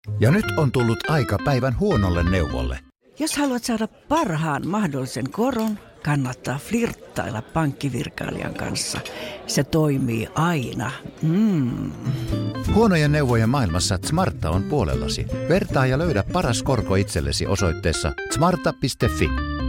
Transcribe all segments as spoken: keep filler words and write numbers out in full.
Ja nyt on tullut aika päivän huonolle neuvolle. Jos haluat saada parhaan mahdollisen koron, kannattaa flirttailla pankkivirkailijan kanssa. Se toimii aina. Mm. Huonojen neuvojen maailmassa Smarta on puolellasi. Vertaa ja löydä paras korko itsellesi osoitteessa smarta piste fi.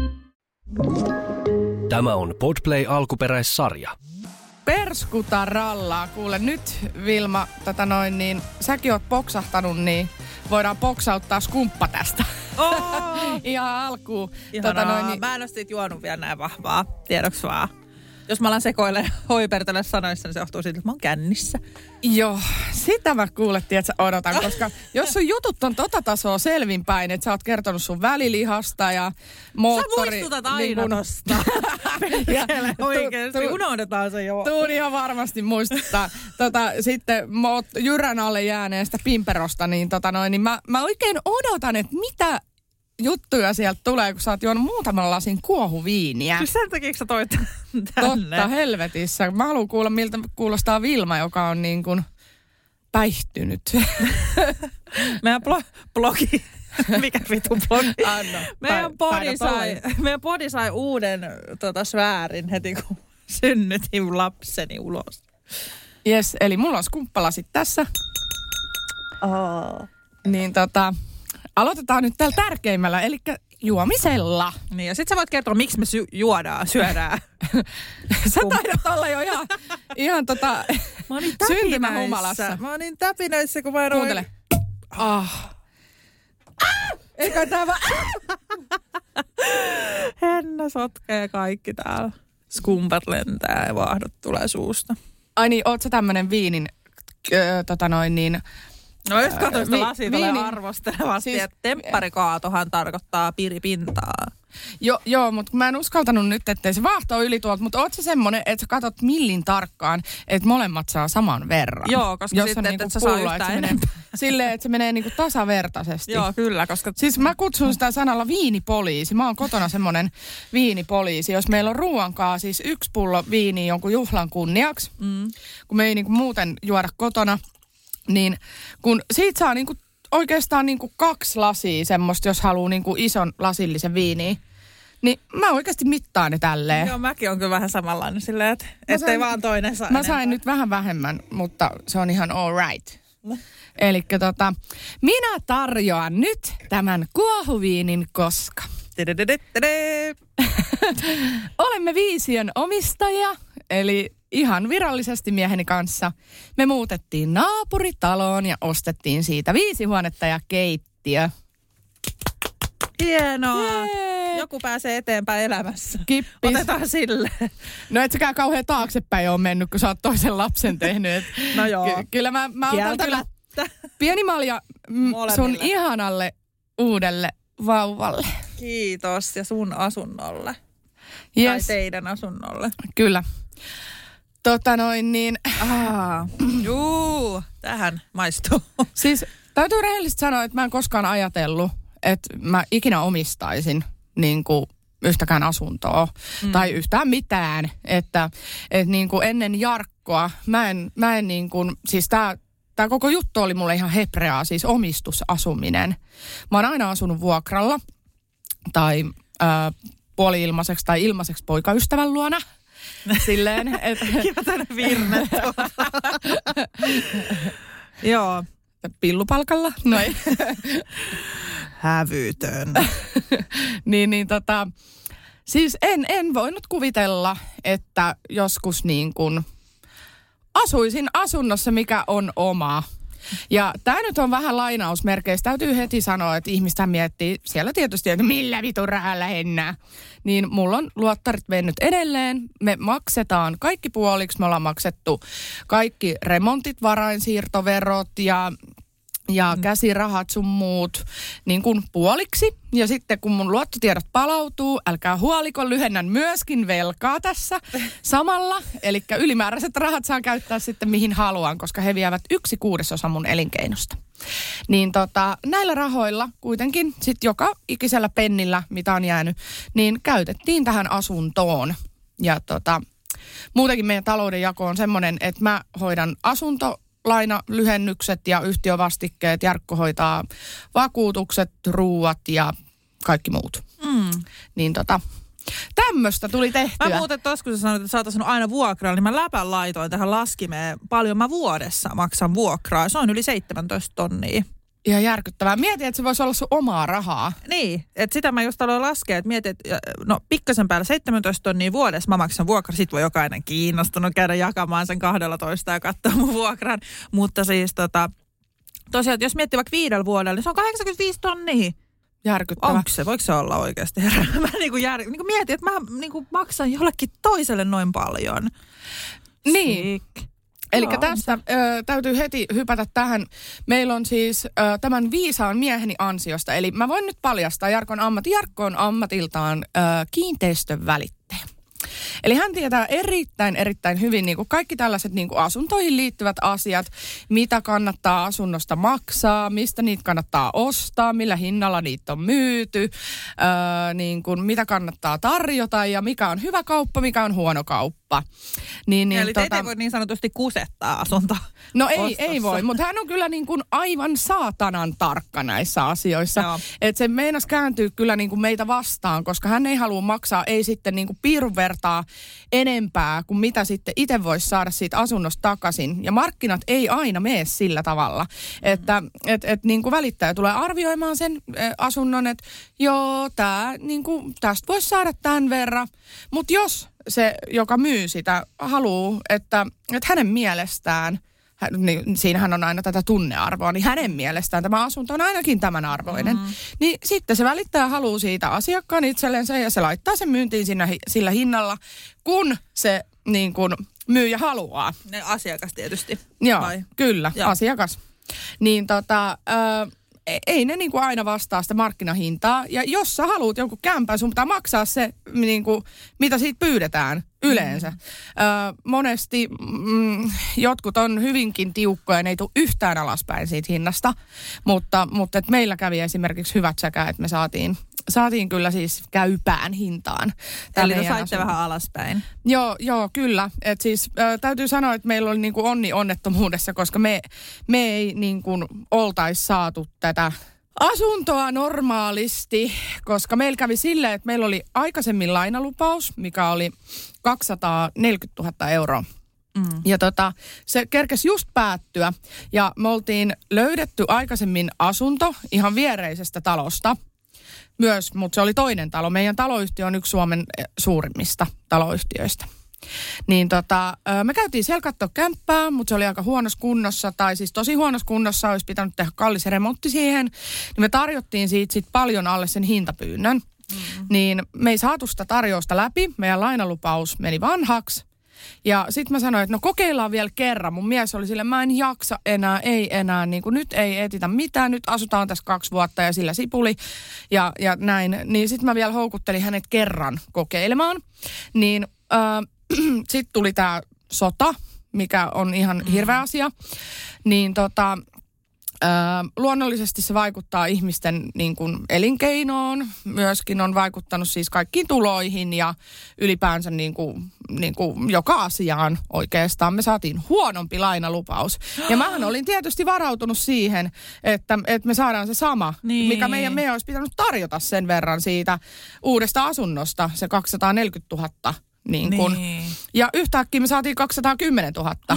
Tämä on Podplay alkuperäissarja. Perskuta rallaa. Kuule nyt, Vilma, tätä noin, niin säkin oot poksahtanut, niin voidaan poksauttaa skumppa tästä. Oh! Ihan alkuun. Tota noin, niin... Mä en ole siitä juonut vielä näin vahvaa, tiedoksi vaan. Jos mä alan sekoille hoipertele sanoissa, niin se johtuu siitä, että mä oon kännissä. Joo, sitä mä kuulettiin, että sä odotan, koska jos sun jutut on tota tasoa selvinpäin, että sä oot kertonut sun välilihasta ja moottori... Sä muistutat aina niin kun... tosta. Perkele, oikeesti, tu- tu- unohdetaan se jo. Tuun ihan varmasti muistuttaa. tota, sitten moot, jyrän alle jääneestä pimperosta, niin, tota noin, niin mä, mä oikein odotan, että mitä... juttuja sieltä tulee, kun sä oot juonut muutaman lasin kuohuviiniä. Siis sen takia sä toit tänne. Totta helvetissä. Mä haluan kuulla, miltä kuulostaa Vilma, joka on niin kuin päihtynyt. Meidän blo- blogi. Mikä vitu blogi? Anno. Meidän podi sai, meidän podi sai uuden tota, sfäärin heti, kun synnytin lapseni ulos. Jes, eli mulla on skumppalasit tässä. Oh. Niin tota... Aloitetaan nyt tällä tärkeimmällä, eli juomisella. Niin, ja sit sä voit kertoa, miksi me sy- juodaan, syödään. Sä taidat olla jo ihan, ihan tota, syntymähumalassa. Mä oon niin täpinöissä, kun mä en Kuuntele. Ah. Ah! Eikä tää vaan... Henna sotkee kaikki täällä. Skumpat lentää ja vaahdot tulee suusta. Ai niin, oot sä tämmönen viinin, öö, tota noin niin... No jos katsoin sitä Vi- lasia viini- tulee arvostelevasti, siis, että tempparikaatohan tarkoittaa piripintaa. Jo, joo, mutta mä en uskaltanut nyt, ettei se vaahto yli tuolta, mutta oot sä semmonen, että sä katot millin tarkkaan, että molemmat saa saman verran. Joo, koska jos sitten, niinku että sä saa pullo, yhtään että se menee, silleen, että se menee niinku tasavertaisesti. Joo, kyllä, koska... Siis mä kutsun sitä sanalla viinipoliisi. Mä oon kotona semmonen viinipoliisi. Jos meillä on ruoankaa siis yksi pullo viiniä jonkun juhlan kunniaksi, mm. kun me ei niinku muuten juoda kotona, niin kun siitä saa niinku oikeastaan niinku kaksi lasia semmoista, jos haluaa niinku ison lasillisen viiniä, niin mä oikeasti mittaan ne tälleen. Joo, mäkin on kyllä vähän samanlainen silleen, että ettei vaan toinen saa Mä enempää. sain nyt vähän vähemmän, mutta se on ihan all right. Elikkä tota, minä tarjoan nyt tämän kuohuviinin, koska olemme Viision omistajia, eli ihan virallisesti mieheni kanssa. Me muutettiin naapuritaloon ja ostettiin siitä viisi huonetta ja keittiö. Hienoa. Jee. Joku pääsee eteenpäin elämässä. Kippis. Otetaan sille. No et säkään kauhean taaksepäin ole mennyt, kun sä oot toisen lapsen tehnyt. No joo. Ky- kyllä mä, mä otan kyllä pieni malja m- sun ihanalle uudelle vauvalle. Kiitos ja sun asunnolle. Yes. Tai teidän asunnolle. Kyllä. Tota noin niin. Ah, juu, tähän maistuu. Siis täytyy rehellisesti sanoa, että mä en koskaan ajatellut, että mä ikinä omistaisin niin kuin yhtäkään asuntoa mm. tai yhtään mitään. Että, että niin kuin ennen Jarkkoa mä en, mä en niin kuin, siis tää, tää koko juttu oli mulle ihan hebreaa, siis omistusasuminen. Mä oon aina asunut vuokralla tai äh, puoli-ilmaiseksi tai ilmaiseksi poikaystävän luona. Silleen, että... Kiva tänne virne. Joo. Pillupalkalla? No ei. Hävytön. niin, niin tota... Siis en, en voinut kuvitella, että joskus niin kuin asuisin asunnossa, mikä on oma. Ja tämä nyt on vähän lainausmerkeissä. Täytyy heti sanoa, että ihmistä miettii siellä tietysti, että millä vitun rahalla hennää. Niin mulla on luottarit mennyt edelleen. Me maksetaan kaikki puoliksi. Me ollaan maksettu kaikki remontit, varainsiirtoverot ja... ja mm. käsirahat sun muut niin kuin puoliksi. Ja sitten kun mun luottotiedot palautuu, älkää huoliko, lyhennän myöskin velkaa tässä samalla. Eli ylimääräiset rahat saan käyttää sitten mihin haluan, koska he vievät yksi kuudesosa mun elinkeinosta. Niin tota, näillä rahoilla kuitenkin sitten joka ikisellä pennillä, mitä on jäänyt, niin käytettiin tähän asuntoon. Ja tota, muutenkin meidän taloudenjako on semmoinen, että mä hoidan asunto lainalyhennykset ja yhtiövastikkeet. Jarkko hoitaa vakuutukset, ruuat ja kaikki muut. Mm. Niin tota, tämmöistä tuli tehtyä. Mä muuten tuossa, kun sä sanoit, että sä oot asunut aina vuokralla, niin mä läpän laitoin tähän laskimeen, paljon mä vuodessa maksan vuokraa. Se on yli seitsemäntoista tonnia. Ihan järkyttävää. Mietin, että se voisi olla sun omaa rahaa. Niin, että sitä mä just aloin laskea, että mietin, että no pikkasen päällä seitsemäntoista tonnia vuodessa mä maksan vuokra. Sitten voi jokainen kiinnostunut käydä jakamaan sen kahdellatoista ja katsoa mun vuokran. Mutta siis tota, tosiaan, jos miettii vaikka viidellä vuodella, niin se on kahdeksankymmentäviisi tonnia. Järkyttävä. Onko se? Voiko se olla oikeasti? Mä niinku jär, niinku mietin, että mä niinku maksan jollekin toiselle noin paljon. Niin. Sick. Eli tästä ö, täytyy heti hypätä tähän. Meillä on siis ö, tämän viisaan mieheni ansiosta. Eli mä voin nyt paljastaa Jarkon ammatti. Jarkko on ammatiltaan ö, kiinteistön välittäjä. Eli hän tietää erittäin, erittäin hyvin niin kuin kaikki tällaiset niin kuin asuntoihin liittyvät asiat, mitä kannattaa asunnosta maksaa, mistä niitä kannattaa ostaa, millä hinnalla niitä on myyty, öö, niin kuin mitä kannattaa tarjota ja mikä on hyvä kauppa, mikä on huono kauppa. Niin, niin, Eli tota, teitä ei voi niin sanotusti kusettaa asunto. No ei, ei voi, mutta hän on kyllä niin kuin aivan saatanan tarkka näissä asioissa. Että se meinas kääntyy kyllä niin kuin meitä vastaan, koska hän ei halua maksaa, ei sitten niin kuin piirun vertaa enempää kuin mitä sitten itse voisi saada siitä asunnosta takaisin. Ja markkinat ei aina mene sillä tavalla, että et, et niin kuin välittäjä tulee arvioimaan sen asunnon, että joo, tää, niin kuin, tästä voisi saada tämän verran, mutta jos se, joka myy sitä, haluaa, että, että hänen mielestään, niin siinähän on aina tätä tunnearvoa, niin hänen mielestään tämä asunto on ainakin tämän arvoinen. Mm. Niin sitten se välittäjä haluaa siitä asiakkaan itsellensä ja se laittaa sen myyntiin siinä, sillä hinnalla, kun se niin kuin myyjä haluaa. Ne asiakas tietysti. Joo, vai? Joo. Kyllä, asiakas. Niin tota... Ö, ei ne niinku aina vastaa sitä markkinahintaa. Ja jos sä haluat jonkun kämpän, sun pitää maksaa se, niinku, mitä siitä pyydetään yleensä. Mm. Ö, monesti mm, jotkut on hyvinkin tiukkoja ja ne ei tule yhtään alaspäin siitä hinnasta. Mutta, mutta et meillä kävi esimerkiksi hyvät säkä, että me saatiin, saatiin kyllä siis käypään hintaan. Eli te saitte vähän alaspäin. Joo, joo, kyllä. Et siis ö, täytyy sanoa, että meillä oli niinku onni onnettomuudessa, koska me, me ei niinku oltaisi saatu tätä asuntoa normaalisti, koska meillä kävi silleen, että meillä oli aikaisemmin lainalupaus, mikä oli kaksisataaneljäkymmentätuhatta euroa. Mm. Ja tota, se kerkesi just päättyä ja me oltiin löydetty aikaisemmin asunto ihan viereisestä talosta. Myös, mutta se oli toinen talo. Meidän taloyhtiö on yksi Suomen suurimmista taloyhtiöistä. Niin tota, me käytiin siellä katsoa kämppää, mutta se oli aika huonossa kunnossa, tai siis tosi huonossa kunnossa, olisi pitänyt tehdä kallis remontti siihen. Niin me tarjottiin siitä sit paljon alle sen hintapyynnön. Mm-hmm. Niin me ei saatu sitä tarjousta läpi, meidän lainalupaus meni vanhaksi. Ja sitten mä sanoin, että no kokeillaan vielä kerran. Mun mies oli sille, mä en jaksa enää, ei enää, niin kuin nyt ei etitä mitään. Nyt asutaan tässä kaksi vuotta ja sillä sipuli ja, ja näin. Niin sitten mä vielä houkuttelin hänet kerran kokeilemaan. Niin äh, sitten tuli tää sota, mikä on ihan hirveä asia. Niin tota... Öö, luonnollisesti se vaikuttaa ihmisten niin kuin elinkeinoon, myöskin on vaikuttanut siis kaikkiin tuloihin ja ylipäänsä niin kuin, niin kuin joka asiaan oikeastaan. Me saatiin huonompi lainalupaus. Ja mähän olin tietysti varautunut siihen, että, että me saadaan se sama, niin. mikä meidän, meidän olisi pitänyt tarjota sen verran siitä uudesta asunnosta, se kaksisataaneljäkymmentätuhatta. Niin kun. Niin. Ja yhtäkkiä me saatiin kaksisataakymmentätuhatta.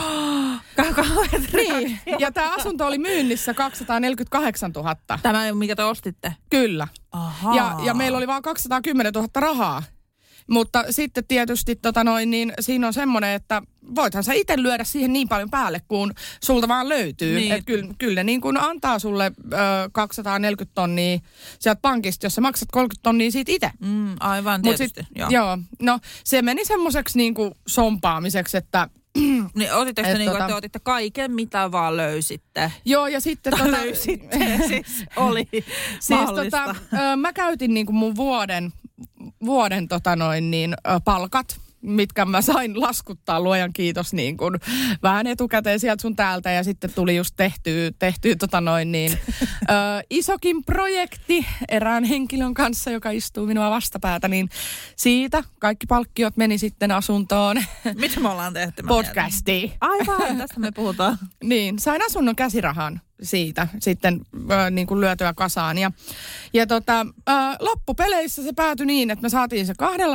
Niin, ja tämä asunto oli myynnissä kaksisataaneljäkymmentäkahdeksantuhatta. Tämä, mikä te ostitte? Kyllä. Ja, ja meillä oli vaan kaksisataakymmentätuhatta rahaa. Mutta sitten tietysti tota noin, niin siinä on semmoinen, että voithan sä itse lyödä siihen niin paljon päälle, kun sulta vaan löytyy. Niin. Että kyllä, kyllä ne niin kuin antaa sulle ö, kaksisataaneljäkymmentä tonnia sieltä pankista, jos sä maksat kolmekymmentä tonnia siitä itse. Mm, aivan tietysti. Sit, joo. joo. No se meni semmoiseksi niin kuin sompaamiseksi, että... Niin otitteko te niin kuin, että te otitte kaiken, mitä vaan löysitte? Joo, ja sitten... Tota, löysitte, siis oli siis tota, ö, mä käytin niin kuin mun vuoden, vuoden tota noin niin, ö, palkat mitkä mä sain laskuttaa, luojan kiitos, niin kuin vähän etukäteen sieltä sun täältä. Ja sitten tuli just tehtyä, tehtyä tota noin niin, ö, isokin projekti erään henkilön kanssa, joka istuu minua vastapäätä. Niin siitä kaikki palkkiot meni sitten asuntoon. Mitä me ollaan tehty? Podcastiin. Aivan, tästä me puhutaan. Niin, sain asunnon käsirahan siitä sitten äh, niin kuin lyötyä kasaan. Ja, ja tota, äh, loppupeleissä se päätyi niin, että me saatiin se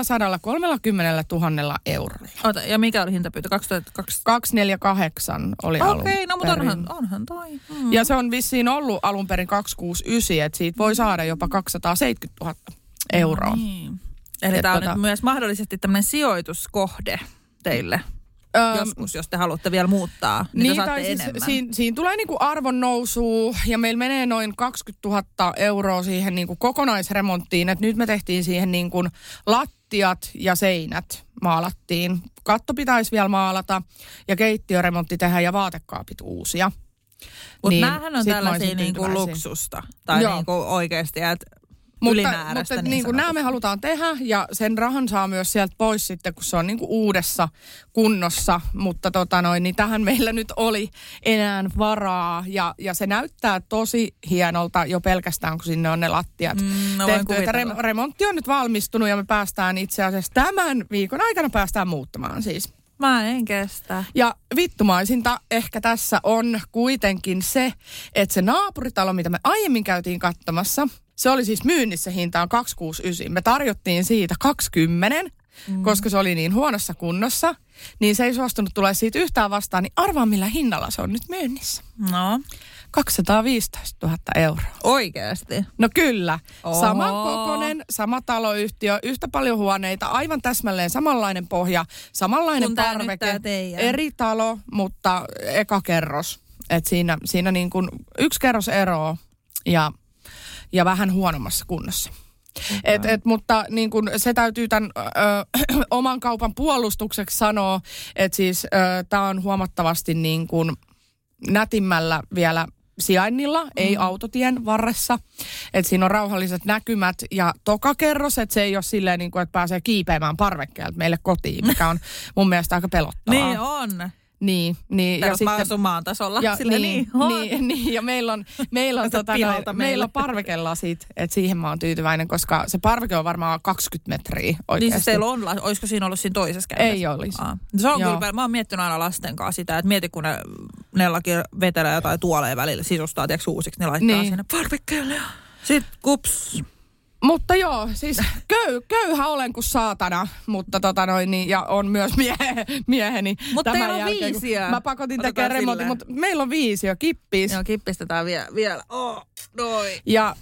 kaksisataakolmekymmentätuhatta eurolla. Ota, ja mikä oli hintapyyntö? kaksituhattakaksi kaksisataaneljäkymmentäkahdeksan oli alun Okei, no mutta perin. onhan, onhan toi. Mm. Ja se on vissiin ollut alun perin kaksisataakuusikymmentäyhdeksän, että siitä voi saada jopa kaksisataaseitsemänkymmentätuhatta euroa. No niin. Eli tämä on tota, nyt myös mahdollisesti tämmöinen sijoituskohde teille. Öm, Joskus, jos te haluatte vielä muuttaa, niin, niin saatte siis enemmän. Siinä, siinä tulee niinku arvon nousua ja meillä menee noin kaksikymmentätuhatta euroa siihen niinku kokonaisremonttiin. Et nyt me tehtiin siihen niinku lattiat ja seinät maalattiin. Katto pitäisi vielä maalata ja keittiöremontti tehdä ja vaatekaapit uusia. Mutta niin, näähän on tällaisia niinku luksusta tai niinku oikeasti, että Mutta, mutta niin niin kuin nämä me halutaan tehdä ja sen rahan saa myös sieltä pois sitten, kun se on niin kuin uudessa kunnossa. Mutta tota noin, niin tähän meillä nyt oli enää varaa ja, ja se näyttää tosi hienolta jo pelkästään, kun sinne on ne lattiat mm, no tehty. Että re- remontti on nyt valmistunut ja me päästään itse asiassa tämän viikon aikana päästään muuttamaan siis. Mä en kestä. Ja vittumaisinta ehkä tässä on kuitenkin se, että se naapuritalo, mitä me aiemmin käytiin katsomassa, se oli siis myynnissä hintaan kaksisataakuusikymmentäyhdeksän. Me tarjottiin siitä kaksikymmentä, mm. koska se oli niin huonossa kunnossa. Niin se ei suostunut tulee siitä yhtään vastaan. Niin arvaa millä hinnalla se on nyt myynnissä. No. kaksisataaviisitoistatuhatta euroa. Oikeasti? No kyllä. Oho. Saman kokoinen, sama taloyhtiö, yhtä paljon huoneita, aivan täsmälleen samanlainen pohja, samanlainen kun parveke. Eri talo, mutta eka kerros. Et siinä, siinä niin kuin yksi kerros eroa ja... ja vähän huonommassa kunnossa. Okay. Et, et, mutta niin kun se täytyy tämän ö, oman kaupan puolustukseksi sanoa, että siis tämä on huomattavasti niin kun nätimmällä vielä sijainnilla, mm. ei autotien varressa. Että siinä on rauhalliset näkymät ja tokakerros, että se ei ole silleen, niin kun, että pääsee kiipeämään parvekkeelta meille kotiin, mikä on mun mielestä aika pelottavaa. Niin on. Niin, niin. Ja sitten maan tasolla. Ja, Sille niin, niin, niin, niin, ja meillä on, meillä on, tota, no, meillä on parvekelasit, että siihen mä oon tyytyväinen, koska se parveke on varmaan kaksikymmentä metriä oikeasti. Niin siis teillä on, olisiko siinä ollut siinä toisessa kädessä? Ei olisi. Aa. Se on Joo. kyllä, mä oon miettinyt aina lasten kanssa sitä, että mieti kun ne nellakin vetelee jotain tuoleja välillä, sisustaa tiedätkö uusiksi, ne laittaa niin sinne parvekkeelle ja sitten kups. Mutta joo, siis köy, köyhä olen kuin saatana, mutta tota noin, niin, ja on myös mie, mieheni. Mutta teillä on jälkeen, viisiä. Mä pakotin tekemään remontin, mutta meillä on viisi jo, kippis. Joo, kippistetään vie, vielä. Oh, noi. Ja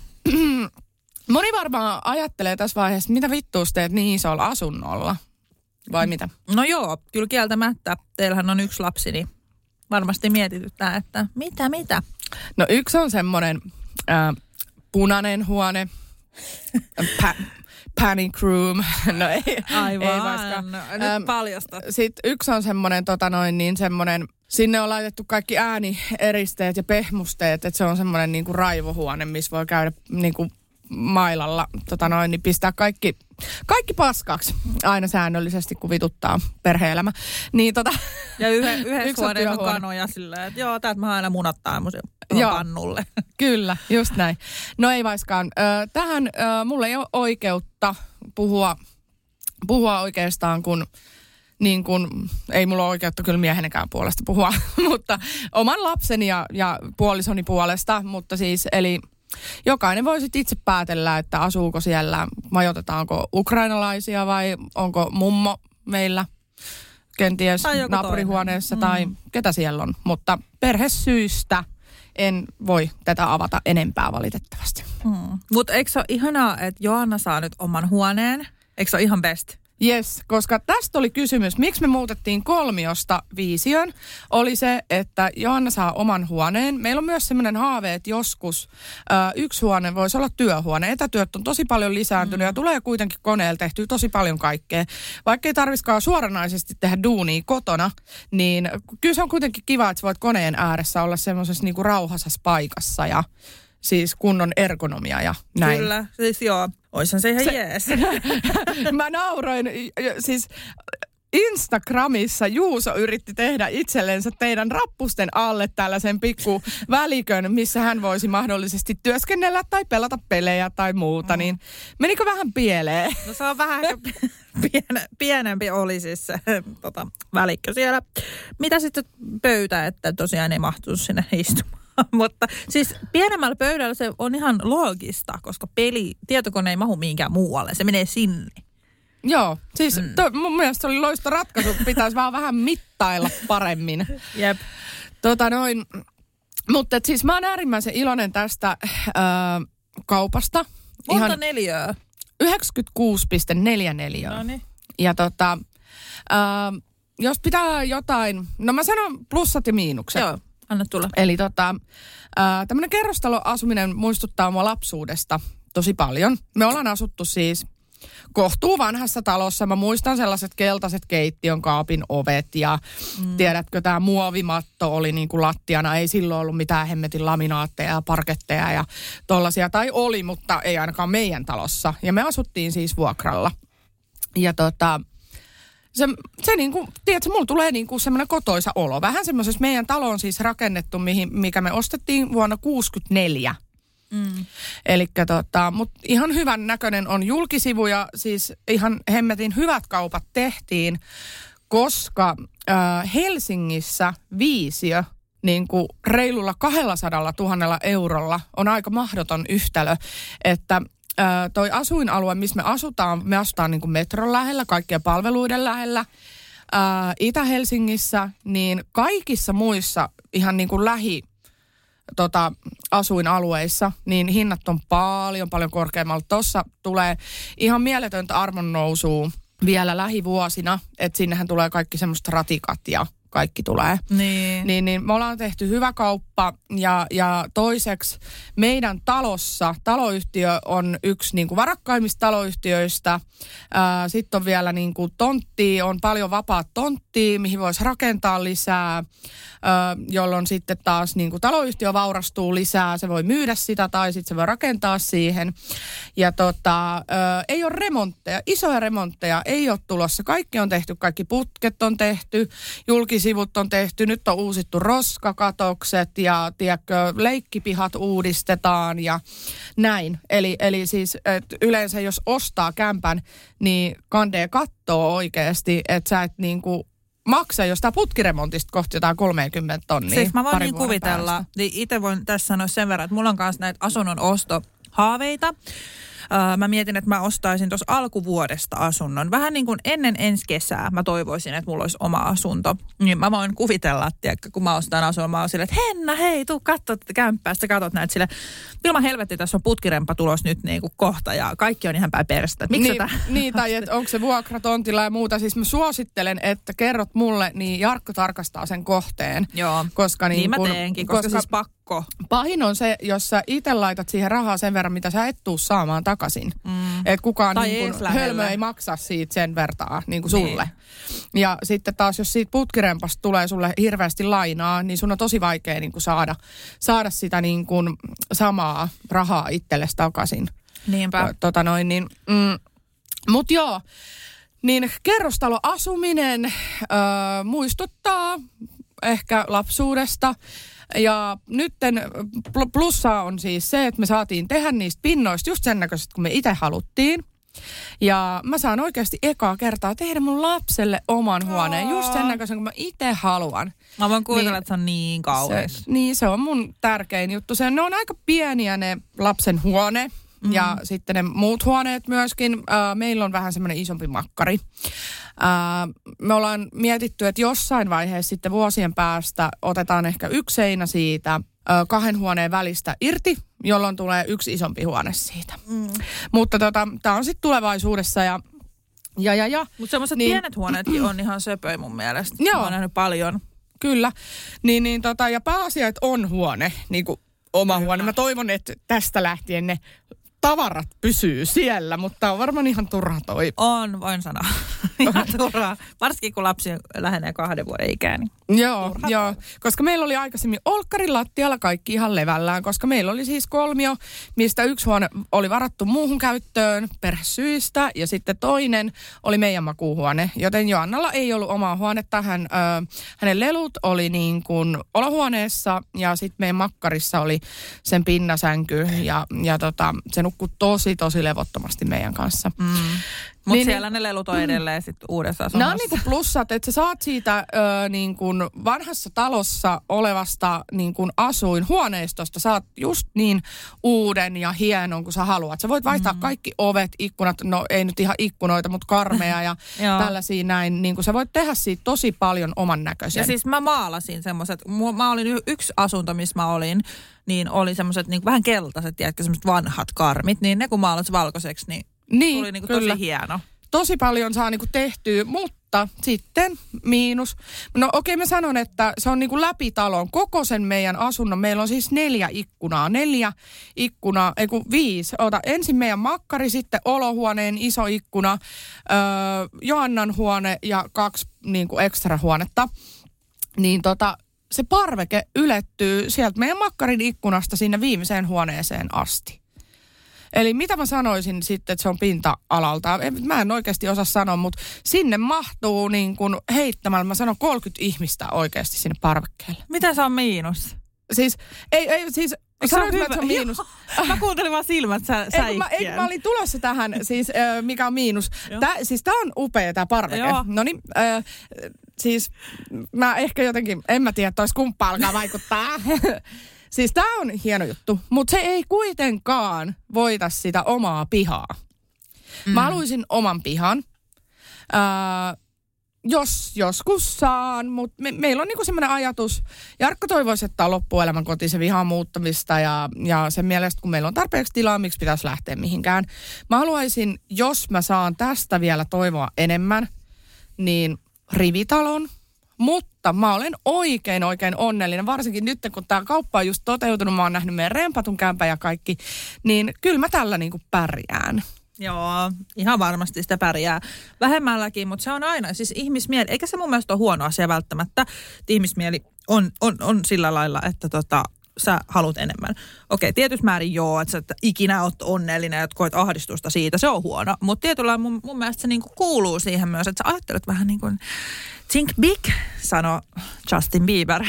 moni varmaan ajattelee tässä vaiheessa, mitä vittua teet niin isolla asunnolla, vai mitä? No joo, kyllä kieltämättä. Teillähän on yksi lapsi, niin varmasti mietityttää, että mitä, mitä? No yksi on semmoinen äh, punainen huone. Pa- panic room. No ei, aivan. Ei vaikka. No, nyt ähm, paljasta. Sitten yksi on semmoinen, tota noin, niin semmoinen, sinne on laitettu kaikki äänieristeet ja pehmusteet, että se on semmoinen niinku raivohuone, missä voi käydä niinku mailalla, tota noin, niin pistää kaikki, kaikki paskaksi aina säännöllisesti, kun vituttaa perhe-elämä. Niin tota, ja yhden, yhdessä huoneessa on kanoja silleen, että joo, täältä mä aina munattaa mun pannulle. Kyllä, just näin. No ei vaiskaan. Tähän mulla ei ole oikeutta puhua, puhua oikeastaan, kun niin kun, ei mulla ole oikeutta kyllä miehenenkään puolesta puhua, mutta oman lapseni ja, ja puolisoni puolesta, mutta siis eli jokainen voi sitten itse päätellä, että asuuko siellä, majoitetaanko ukrainalaisia vai onko mummo meillä kenties naapurihuoneessa mm. tai ketä siellä on. Mutta perhesyistä en voi tätä avata enempää valitettavasti. Mm. Mutta eikö se ole ihanaa, että Joanna saa nyt oman huoneen? Eikö se ole ihan best? Yes, koska tästä oli kysymys, miksi me muutettiin kolmiosta viisiön, oli se, että Joanna saa oman huoneen. Meillä on myös sellainen haave, että joskus äh, yksi huone voisi olla työhuone. Etätyöt on tosi paljon lisääntynyt mm. ja tulee kuitenkin koneella tehtyä tosi paljon kaikkea. Vaikka ei tarvitsisikaan suoranaisesti tehdä duunia kotona, niin kyllä se on kuitenkin kiva, että sä voit koneen ääressä olla semmoisessa niinku rauhasessa paikassa ja siis kunnon ergonomia ja näin. Kyllä, siis joo. Oishan se ihan se, jees. Mä nauroin, siis Instagramissa Juuso yritti tehdä itsellensä teidän rappusten alle tällaisen pikku välikön, missä hän voisi mahdollisesti työskennellä tai pelata pelejä tai muuta, mm. niin menikö vähän pieleen? No se on vähän piene, pienempi oli siis se tota, välikkö siellä. Mitä sitten pöytä, että tosiaan ei mahtuisi sinne istumaan. Mutta siis pienemmällä pöydällä se on ihan loogista, koska peli, tietokone ei mahu mihinkään muualle, se menee sinne. Joo, siis mm. to, mun mielestä se oli loista ratkaisu, pitäisi vaan vähän mittailla paremmin. Jep. Tota noin, mutta siis mä oon äärimmäisen iloinen tästä äh, kaupasta. Monta ihan neliöä? yhdeksänkymmentäkuusi pilkku neljä neliöä. Noniin. Ja tota, äh, jos pitää jotain, no mä sanon plussat ja miinukset. Joo, anna tulla. Eli tota, äh, tämmönen kerrostaloasuminen muistuttaa mua lapsuudesta tosi paljon. Me ollaan asuttu siis kohtuu vanhassa talossa. Mä muistan sellaiset keltaiset keittiön kaapin ovet ja mm. tiedätkö, tämä muovimatto oli niin kuin lattiana. Ei silloin ollut mitään hemmetin laminaatteja ja parketteja ja tollaisia. Tai oli, mutta ei ainakaan meidän talossa. Ja me asuttiin siis vuokralla. Ja tota, se, se niin kuin, tiedätkö, mulla tulee niin kuin semmoinen kotoisa olo. Vähän semmoisessa meidän talo on siis rakennettu, mihin, mikä me ostettiin vuonna kuusikymmentäneljä. Mm. Elikkä tota, mutta ihan hyvän näköinen on julkisivu ja siis ihan hemmetin hyvät kaupat tehtiin, koska äh, Helsingissä viisiö niin kuin reilulla kaksisataa tuhatta eurolla on aika mahdoton yhtälö, että äh, toi asuinalue, missä me asutaan, me asutaan niin kuin metron lähellä, kaikkien palveluiden lähellä. Äh, Itä-Helsingissä, niin kaikissa muissa ihan niin kuin lähi Tota, asuinalueissa, niin hinnat on paljon, paljon korkeammalla. Tuossa tulee ihan mieletöntä arvonnousua vielä lähivuosina, että sinnehän tulee kaikki semmoista ratikat ja kaikki tulee. Niin. Niin, niin me ollaan tehty hyvä kauppa ja, ja toiseksi meidän talossa, taloyhtiö on yksi niin kuin varakkaimmista taloyhtiöistä. Sitten on vielä niin kuin tonttia, on paljon vapaat tonttia, mihin voisi rakentaa lisää, ää, jolloin sitten taas niin kuin taloyhtiö vaurastuu lisää. Se voi myydä sitä tai sitten se voi rakentaa siihen. Ja tota, ää, ei ole remontteja, isoja remontteja ei ole tulossa. Kaikki on tehty, kaikki putket on tehty, julkisivut on tehty, nyt on uusittu roskakatokset ja tiedätkö, leikkipihat uudistetaan ja näin. Eli, eli siis yleensä jos ostaa kämpän, niin kandee kattoo oikeasti, että sä et niinku maksa jostain putkiremontista kohti jotain kolmekymmentä tonnia. Siis mä voin niin kuvitella, niin itse voin tässä sanoa sen verran, että mulla on kanssa näitä asunnon ostohaaveita. Uh, mä mietin, että mä ostaisin tuossa alkuvuodesta asunnon. Vähän niin kuin ennen ensi kesää mä toivoisin, että mulla olisi oma asunto. Niin mä voin kuvitella, että kun mä ostan asunnon, mä oon silleen, että Henna, hei, tuu katso tätä kämppää. Sitten katsot näitä silleen, ilman helvetti, tässä on putkirempa tulos nyt niin kuin kohta ja kaikki on ihan päin perästä. Miksi niin, niin, tai että onko se vuokra tontilla ja muuta. Siis mä suosittelen, että kerrot mulle, niin Jarkko tarkastaa sen kohteen. Joo, koska niin, niin kun, mä teenkin, koska, koska siis pakko. Pahin on se, jos sä itse laitat siihen rahaa sen verran, mitä sä et tuu saamaan takaisin. Mm. Että kukaan niin kun, hölmö ei maksa siitä sen vertaa niin kuin sulle. Niin. Ja sitten taas, jos siitä putkirempasta tulee sulle hirveästi lainaa, niin sun on tosi vaikea niin kuin saada, saada sitä niin kuin samaa rahaa itsellesi takaisin. Niinpä. Tota noin, niin, mm, mut joo, niin kerrostaloasuminen äh, muistuttaa ehkä lapsuudesta. Ja nytten plussa on siis se, että me saatiin tehdä niistä pinnoista just sen näköiset, kun me itse haluttiin. Ja mä saan oikeasti ekaa kertaa tehdä mun lapselle oman huoneen just sen näköisen, kun mä itse haluan. Mä voin kuvitella, niin, että se on niin kauhean. Niin, se on mun tärkein juttu. Se, ne on aika pieniä ne lapsen huone. Mm. Ja sitten ne muut huoneet myöskin. Äh, meillä on vähän semmoinen isompi makkari. Äh, me ollaan mietitty, että jossain vaiheessa sitten vuosien päästä otetaan ehkä yksi seinä siitä äh, kahden huoneen välistä irti, jolloin tulee yksi isompi huone siitä. Mm. Mutta tota, tämä on sitten tulevaisuudessa ja ja ja ja. Mutta semmoiset niin, pienet huoneetkin on ihan söpöjä mun mielestä. Joo. Mä oon nähnyt paljon. Kyllä. Niin, niin tota, ja pääasia, että on huone, niin kuin oma Kyllä. huone. Mä toivon, että tästä lähtien ne tavarat pysyy siellä, mutta on varmaan ihan turha toi. On, voin sanoa. Ihan turhaa. Varsinkin kun lapsi lähenee kahden vuoden ikään. Niin Joo, joo, koska meillä oli aikaisemmin olkkarin lattialla kaikki ihan levällään, koska meillä oli siis kolmio, mistä yksi huone oli varattu muuhun käyttöön perhesyistä ja sitten toinen oli meidän makuuhuone, joten Joannalla ei ollut omaa huonetta. Hän, ö, hänen lelut oli niin kuin olohuoneessa ja sitten meidän makkarissa oli sen pinnasänky ja, ja tota, se nukkui tosi tosi levottomasti meidän kanssa. Mm. Mutta niin, siellä ne lelut on edelleen sit uudessa asunnossa. Nämä on niinku plussat, että sä saat siitä ö, niinku vanhassa talossa olevasta niinku asuinhuoneistosta, saat just niin uuden ja hienon kuin sä haluat. Sä voit vaihtaa mm. kaikki ovet, ikkunat, no ei nyt ihan ikkunoita, mutta karmeja ja tällaisia näin. Niin sä voit tehdä siitä tosi paljon oman näköisen. Ja siis mä maalasin semmoiset, mä olin yksi asunto, missä mä olin, niin oli semmoiset niin vähän keltaiset, tiedätkö, semmoiset vanhat karmit, niin ne kun maalasin valkoiseksi, niin Niin, tuli niinku kyllä. tosi hieno. Tosi paljon saa niinku tehtyä, mutta sitten miinus. No okei, mä sanon, että se on niinku läpi talon. Koko sen meidän asunnon. Meillä on siis neljä ikkunaa. Neljä ikkunaa, ei kun viisi. Ota, ensin meidän makkari, sitten olohuoneen iso ikkuna, öö, Joannan huone ja kaksi niinku ekstra huonetta. Niin tota, se parveke ylettyy sieltä meidän makkarin ikkunasta sinne viimeiseen huoneeseen asti. Eli mitä mä sanoisin sitten, että se on pinta-alalta? Mä en oikeasti osaa sanoa, mutta sinne mahtuu niin kuin heittämällä, mä sanon kolmekymmentä ihmistä oikeasti sinne parvekkeelle. Mitä se on miinus? Siis, ei, ei siis... Sanoinko mä, että se on miinus? Joo. Mä kuuntelin vaan silmät sä, ei, mä, ei, mä olin tulossa tähän, siis äh, mikä on miinus. Tää, siis tää on upea tää parveke. No niin, äh, siis mä ehkä jotenkin, en mä tiedä, toi skumppa alkaa vaikuttaa. Siis tää on hieno juttu, mutta se ei kuitenkaan voita sitä omaa pihaa. Mm. Mä haluaisin oman pihan, ää, jos joskus saan, mutta me, meillä on niinku semmoinen ajatus. Jarkko toivoisi, että on loppuelämän koti, se vihaa muuttamista ja, ja sen mielestä, kun meillä on tarpeeksi tilaa, miksi pitäisi lähteä mihinkään. Mä haluaisin, jos mä saan tästä vielä toivoa enemmän, niin rivitalon. Mutta mä olen oikein, oikein onnellinen, varsinkin nyt, kun tämä kauppa on just toteutunut, mä oon nähnyt meidän rempatun kämpä ja kaikki, niin kyllä mä tällä niinku pärjään. Joo, ihan varmasti sitä pärjää vähemmälläkin, mutta se on aina, siis ihmismieli, eikä se mun mielestä ole huono asia välttämättä, että ihmismieli on, on, on sillä lailla, että tota, sä haluat enemmän. Okei, tietysti määrin joo, että sä et ikinä oot onnellinen, että koet ahdistusta siitä, se on huono, mutta tietyllä mun, mun mielestä se niinku kuuluu siihen myös, että sä ajattelet vähän niin kuin think big, sano Justin Bieber.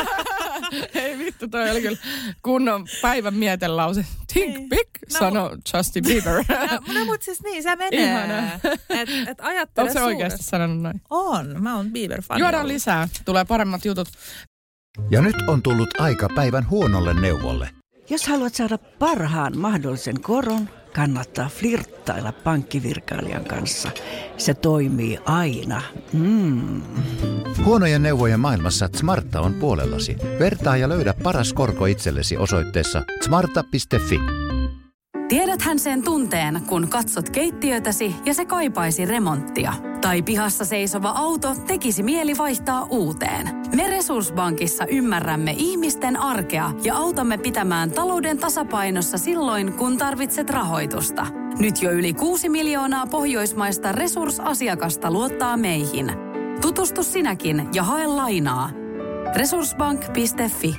Ei vittu, toi oli kyllä kunnon päivän mietelause. Think niin. big, no, sano Justin Bieber. no, no mutta siis niin, se menee. Et, et ajattele Onko se oikeasti sanonut noin? On, mä oon Bieber-fani. Juodaan ollut. lisää, tulee paremmat jutut. Ja nyt on tullut aika päivän huonolle neuvolle. Jos haluat saada parhaan mahdollisen koron, kannattaa flirttailla pankkivirkailijan kanssa. Se toimii aina. Mm. Huonojen neuvojen maailmassa Smarta on puolellasi. Vertaa ja löydä paras korko itsellesi osoitteessa smarta piste fi. Tiedäthän sen tunteen, kun katsot keittiötäsi ja se kaipaisi remonttia. Tai pihassa seisova auto tekisi mieli vaihtaa uuteen. Me Resurssbankissa ymmärrämme ihmisten arkea ja autamme pitämään talouden tasapainossa silloin, kun tarvitset rahoitusta. Nyt jo yli kuusi miljoonaa pohjoismaista resursasiakasta luottaa meihin. Tutustu sinäkin ja hae lainaa. resurssbank piste fi.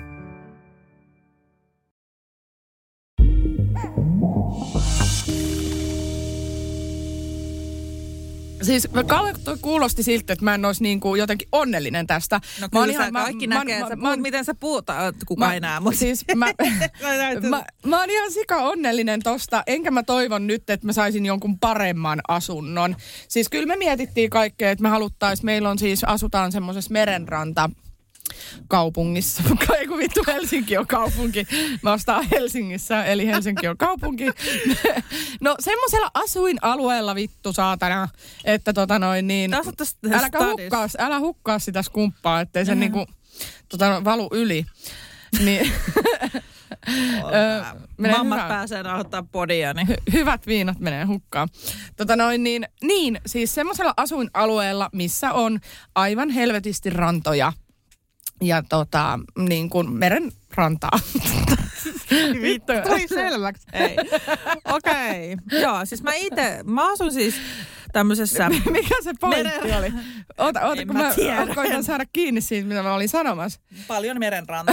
Siis Kalle kuulosti siltä, että mä en olisi niin kuin jotenkin onnellinen tästä. No mä kyllä ihan, sä kaikki mä, näkee, mä, sä mä, puhut, mä, miten sä puhut, kukaan ei näe. Mutta siis mä, mä, mä oon ihan sika onnellinen tosta, enkä mä toivon nyt, että mä saisin jonkun paremman asunnon. Siis kyllä me mietittiin kaikkea, että me haluttais, meillä on siis, asutaan semmoisessa merenranta kaupungissa. Ei kun vittu, Helsinki on kaupunki. Mä ostaan Helsingissä, eli Helsinki on kaupunki. No semmoisella asuinalueella vittu saatana, että tota noin niin, älä hukkaa, älä hukkaa sitä skumppaa, ettei se mm-hmm. niinku tota, valu yli. Niin. Mammat hyvä. pääsee nauhoittaa podia. Niin. Hy- hyvät viinat menee hukkaan. Tota noin, niin, niin, siis semmoisella asuinalueella, missä on aivan helvetisti rantoja ja tota, niin kuin meren rantaa. Vittu, tuli selväksi. Ei. Okei. Okay. Joo, siis mä itse, mä asun siis tämmöisessä... Mikä se pointti Meren... oli? Ota, ota kun mä, mä koitan saada kiinni siitä, mitä mä olin sanomassa. Paljon merenrantaa.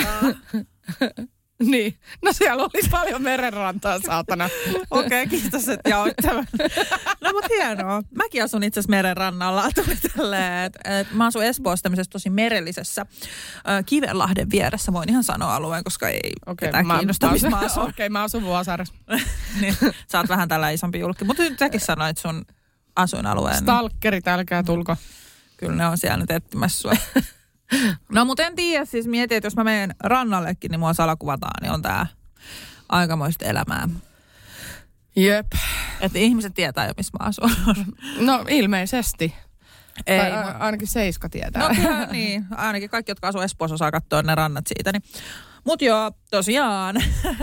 Niin. No siellä oli paljon merenrantaa, saatana. Okei, okay, kiitos, että jaoit tämän. No mut hienoa. Mäkin asun itse asiassa merenrannalla. Tuli tälleen, että et mä asun Espoossa tämmöisessä tosi merellisessä äh, Kivenlahden vieressä. Voin ihan sanoa alueen, koska ei okay, ketään mä, kiinnosta, missä mä asun. Okei, okay, mä asun Vuosaaressa. Niin, sä oot vähän tällä isompi julkki. Mutta nyt säkin sanoit sun asuinalueen. Stalkerit, älkää tulko. Kyllä ne on siellä nyt etsimässä sua. No mutta en tiedä, siis mietin, että jos mä menen rannallekin, niin mua salakuvataan, niin on tää aikamoista elämää. Jep. Että ihmiset tietää jo, missä mä asun. No ilmeisesti. Ei, tai mu- ainakin Seiska tietää. No kyllä, niin. Ainakin kaikki, jotka asuu Espoossa, osaa katsoa ne rannat siitä. Niin. Mut joo, tosiaan.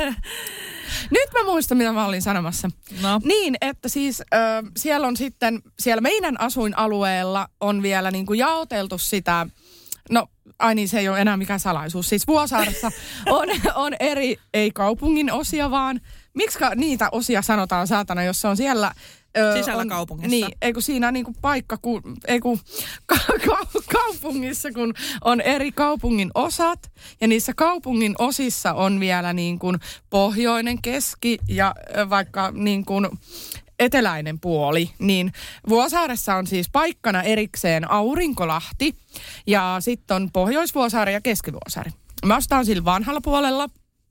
Nyt mä muistan, mitä mä olin sanomassa. No. Niin, että siis äh, siellä on sitten, siellä meidän asuinalueella on vielä niin kuin jaoteltu sitä, no ai niin, se ei ole enää mikään salaisuus. Siis Vuosaaressa on, on eri, ei kaupungin osia, vaan miksi niitä osia sanotaan saatana, jos se on siellä... Ö, sisällä on, kaupungissa. Niin, ei kun siinä niinku paikka, ku, ei kun ka, ka, kaupungissa, kun on eri kaupungin osat. Ja niissä kaupungin osissa on vielä niin kuin pohjoinen, keski ja vaikka niin kuin eteläinen puoli. Niin Vuosaaressa on siis paikkana erikseen Aurinkolahti ja sitten on Pohjois-Vuosaari ja Keski-Vuosaari. Mä ostan sillä vanhalla puolella.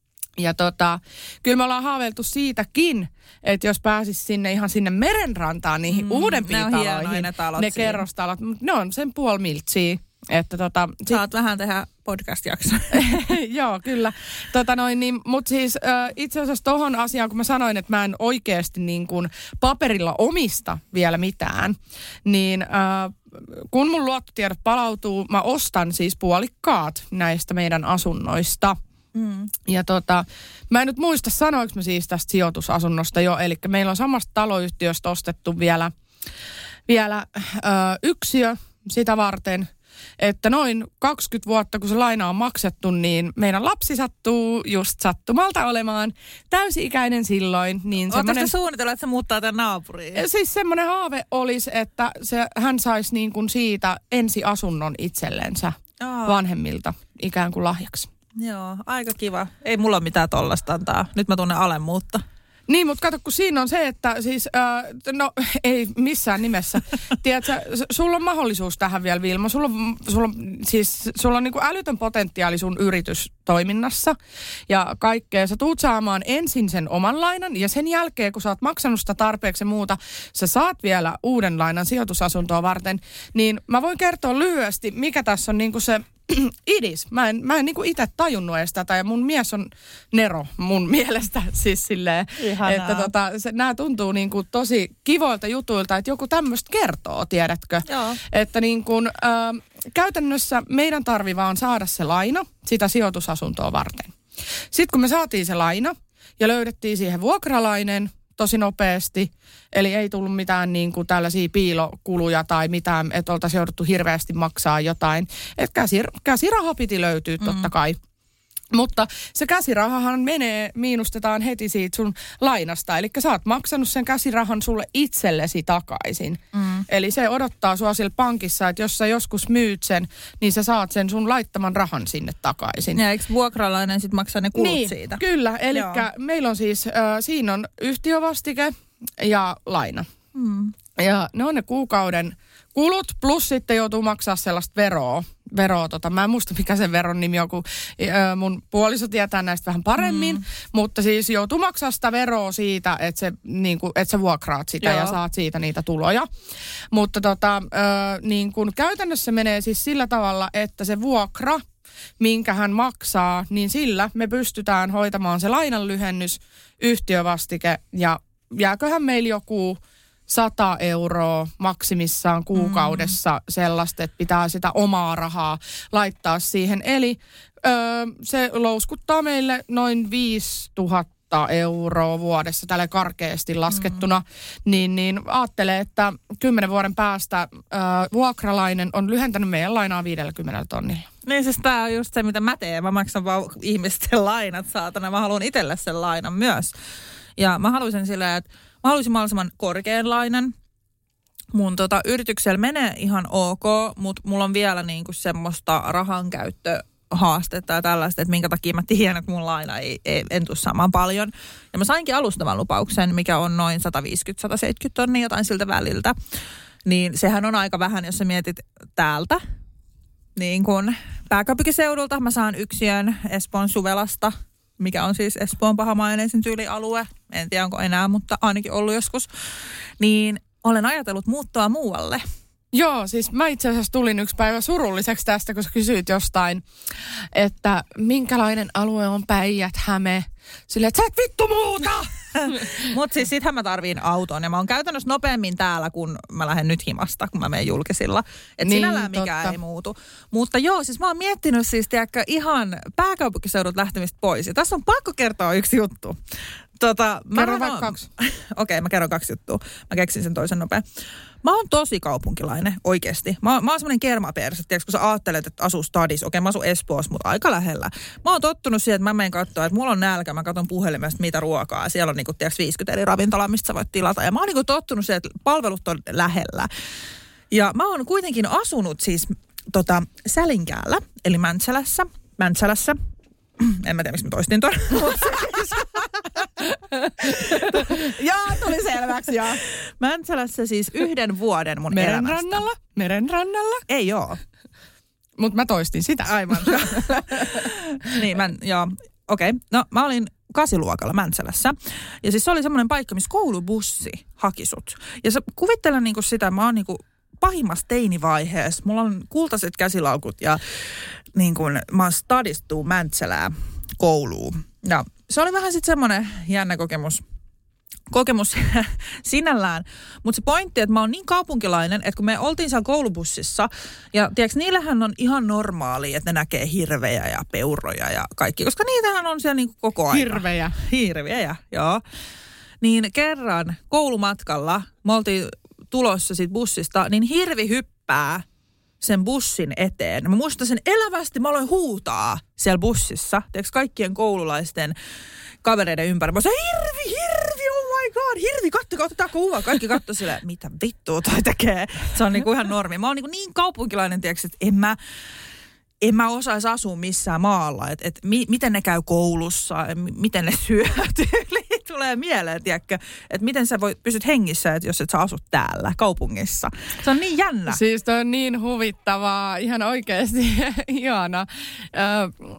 Ja tota, kyllä me ollaan haaveiltu siitäkin, että jos pääsis sinne ihan sinne merenrantaan, niihin mm, uudempiin ne taloihin, ne, talot ne kerrostalot, mutta ne on sen puoli miltsiä. Että tota, saat sit... vähän tehdä podcast-jaksoa. Joo, kyllä. Tota noin, niin, mutta siis äh, itse asiassa tohon asiaan, kun mä sanoin, että mä en oikeasti niin kuin paperilla omista vielä mitään, niin äh, kun mun luottotiedot palautuu, mä ostan siis puolikkaat näistä meidän asunnoista. Mm. Ja tota, mä en nyt muista, sanoinko mä siis tästä sijoitusasunnosta jo, eli meillä on samasta taloyhtiöstä ostettu vielä, vielä ö, yksiö sitä varten, että noin kaksikymmentä vuotta, kun se laina on maksettu, niin meidän lapsi sattuu just sattumalta olemaan täysi-ikäinen silloin. Niin Oletko semmoinen... suunnitella, että se muuttaa tämän naapuriin? Siis semmoinen haave olisi, että se, hän saisi niin kuin siitä ensiasunnon itsellensä oh. vanhemmilta ikään kuin lahjaksi. Joo, aika kiva. Ei mulla ole mitään tollasta antaa. Nyt mä tunnen alemmuutta. Niin, mutta kato, kun siinä on se, että siis, äh, no ei missään nimessä. Tiedätkö, sulla on mahdollisuus tähän vielä, Vilma. Sulla on, sulla on, siis, sulla on niin kuin älytön potentiaali sun yritystoiminnassa ja kaikkea. Sä tuut saamaan ensin sen oman lainan ja sen jälkeen, kun sä oot maksanut sitä tarpeeksi muuta, sä saat vielä uuden lainan sijoitusasuntoa varten. Niin mä voin kertoa lyhyesti, mikä tässä on niin kuin se idis. Mä en, mä en niinku itse tajunnut edes tätä ja mun mies on nero mun mielestä siis silleen, ihanaa. Että tota, se, nämä tuntuu niinku tosi kivoilta jutuilta, että joku tämmöistä kertoo, tiedätkö? Joo. Että niinku, äh, käytännössä meidän tarvii vaan saada se laina sitä sijoitusasuntoa varten. Sitten kun me saatiin se laina ja löydettiin siihen vuokralainen tosi nopeasti, eli ei tullut mitään niin kuin tällaisia piilokuluja tai mitään, että oltaisiin jouduttu hirveästi maksaa jotain. Että käsir- käsiraha piti löytyä totta mm-hmm. kai. Mutta se käsirahahan menee, miinustetaan heti siitä sun lainasta. Eli sä oot maksanut sen käsirahan sulle itsellesi takaisin. Mm. Eli se odottaa sua siellä pankissa, että jos sä joskus myyt sen, niin sä saat sen sun laittaman rahan sinne takaisin. Ja eikö vuokralainen sitten maksaa ne kulut niin, siitä? Kyllä, eli meillä on siis, äh, siinä on yhtiövastike ja laina. Mm. Ja ne on ne kuukauden kulut, plus sitten joutuu maksaa sellaista veroa. veroa tota. Mä en muista, mikä sen veron nimi on, kun ö, mun puoliso tietää näistä vähän paremmin. Mm. Mutta siis joutuu maksaa sitä veroa siitä, että, se, niin kuin, että sä vuokraat sitä Joo. ja saat siitä niitä tuloja. Mutta tota, ö, niin kuin käytännössä menee siis sillä tavalla, että se vuokra, minkä hän maksaa, niin sillä me pystytään hoitamaan se lainanlyhennys, yhtiövastike ja jääköhän meillä joku sata euroa maksimissaan kuukaudessa mm. sellaista, että pitää sitä omaa rahaa laittaa siihen. Eli öö, se louskuttaa meille noin viisituhatta euroa vuodessa tälle karkeasti laskettuna. Mm. Niin, niin ajattelee, että kymmenen vuoden päästä öö, vuokralainen on lyhentänyt meidän lainaa viidelläkymmenellä tonnilla. Niin siis tää on just se, mitä mä teen. Mä maksan vaan ihmisten lainat, saatana. Mä haluan itselle sen lainan myös. Ja mä haluaisin silleen, että mä haluaisin mahdollisimman korkean lainan. mun tota, yrityksellä menee ihan ok, mutta mulla on vielä niinku semmoista rahankäyttöhaastetta ja tällaista, että minkä takia mä tiedän, että mun laina ei, ei, en tule saamaan paljon. Ja mä sainkin alustavan lupauksen, mikä on noin sata viisikymmentä sata seitsemänkymmentä tonnia jotain siltä väliltä. Niin sehän on aika vähän, jos sä mietit täältä. Niin kun pääkaupunkiseudulta mä saan yksiön Espoon Suvelasta, mikä on siis Espoon pahamaineisen tyylialue. En tiedä, onko enää, mutta ainakin ollut joskus. Niin olen ajatellut muuttaa muualle. Joo, siis mä itse asiassa tulin yksi päivä surulliseksi tästä, kun sä kysyit jostain, että minkälainen alue on Päijät-Häme. Silleen, että sä et vittu muuta! Mutta siis sittenhän mä tarviin auton ja mä oon käytännössä nopeammin täällä, kun mä lähden nyt himasta, kun mä menen julkisilla. Että niin, sinällään mikään totta. Ei muutu. Mutta joo, siis mä oon miettinyt siis tiedäkö, ihan pääkaupunkiseudut lähtemistä pois. Ja tässä on pakko kertoa yksi juttu. Tota, Kerro vaikka kaksi. Okei, okay, mä kerron kaksi juttua. Mä keksin sen toisen nopea. Mä oon tosi kaupunkilainen, oikeesti. Mä, mä oon semmoinen kermaperse, tiiäks, kun sä ajattelet, että asuu stadissa. Okei, okay, mä asun Espoossa, mutta aika lähellä. Mä oon tottunut siihen, että mä menen katsoa, että mulla on nälkä, mä katson puhelimesta, mitä ruokaa. Siellä on niinku, tiiäks, viisikymmentä eri ravintolaa, mistä sä voit tilata. Ja mä oon niinku tottunut siihen, että palvelut on lähellä. Ja mä oon kuitenkin asunut siis tota, Sälinkäällä, eli Mäntsälässä. Mäntsälässä. En mä tiedä, miksi mä toistin ton. Jaa, tuli selväksi, joo. Mäntsälässä siis yhden vuoden mun Meren elämästä. rannalla? Meren rannalla? Ei oo. Mutta mä toistin sitä. Aivan. niin, mä, joo. Okei. Okay. No, mä olin kasiluokalla Mäntsälässä. Ja siis se oli semmoinen paikka, missä koulubussi haki sut. Ja sä kuvittelen niinku sitä, mä oon niinku pahimmassa teinivaiheessa. Mulla on kultaiset käsilaukut ja niin kuin mä oon stadistuu Mäntsälää kouluun. Ja se oli vähän sitten semmoinen jännä kokemus, kokemus sinällään. Mutta se pointti, että mä oon niin kaupunkilainen, että kun me oltiin siellä koulubussissa, ja tiedätkö, niillähän on ihan normaalia, että ne näkee hirvejä ja peuroja ja kaikki, koska niitähän on siellä niinku koko ajan. Hirvejä. Hirvejä, joo. Niin kerran koulumatkalla, me oltiin tulossa siitä bussista, niin hirvi hyppää sen bussin eteen. Mä muistan sen elävästi, mä aloin huutaa siellä bussissa. Tiedätkö, kaikkien koululaisten kavereiden ympäri. Mä sanoin, hirvi, hirvi, oh my god, hirvi, kattokaa, otetaan kuva. Kaikki katsoi silleen, mitä vittua toi tekee. Se on niinku ihan normi. Mä oon niinku niin kaupunkilainen, tiedätkö, että en mä, en mä osaisi asua missään maalla. Että et mi, miten ne käy koulussa, m- miten ne syö tyyliin. Tulee mieleen, tiedätkö, että miten sä voit, pysyt hengissä, että jos et sä asut täällä kaupungissa. Se on niin jännä. Siis toi on niin huvittavaa, ihan oikeasti ihana. Ö,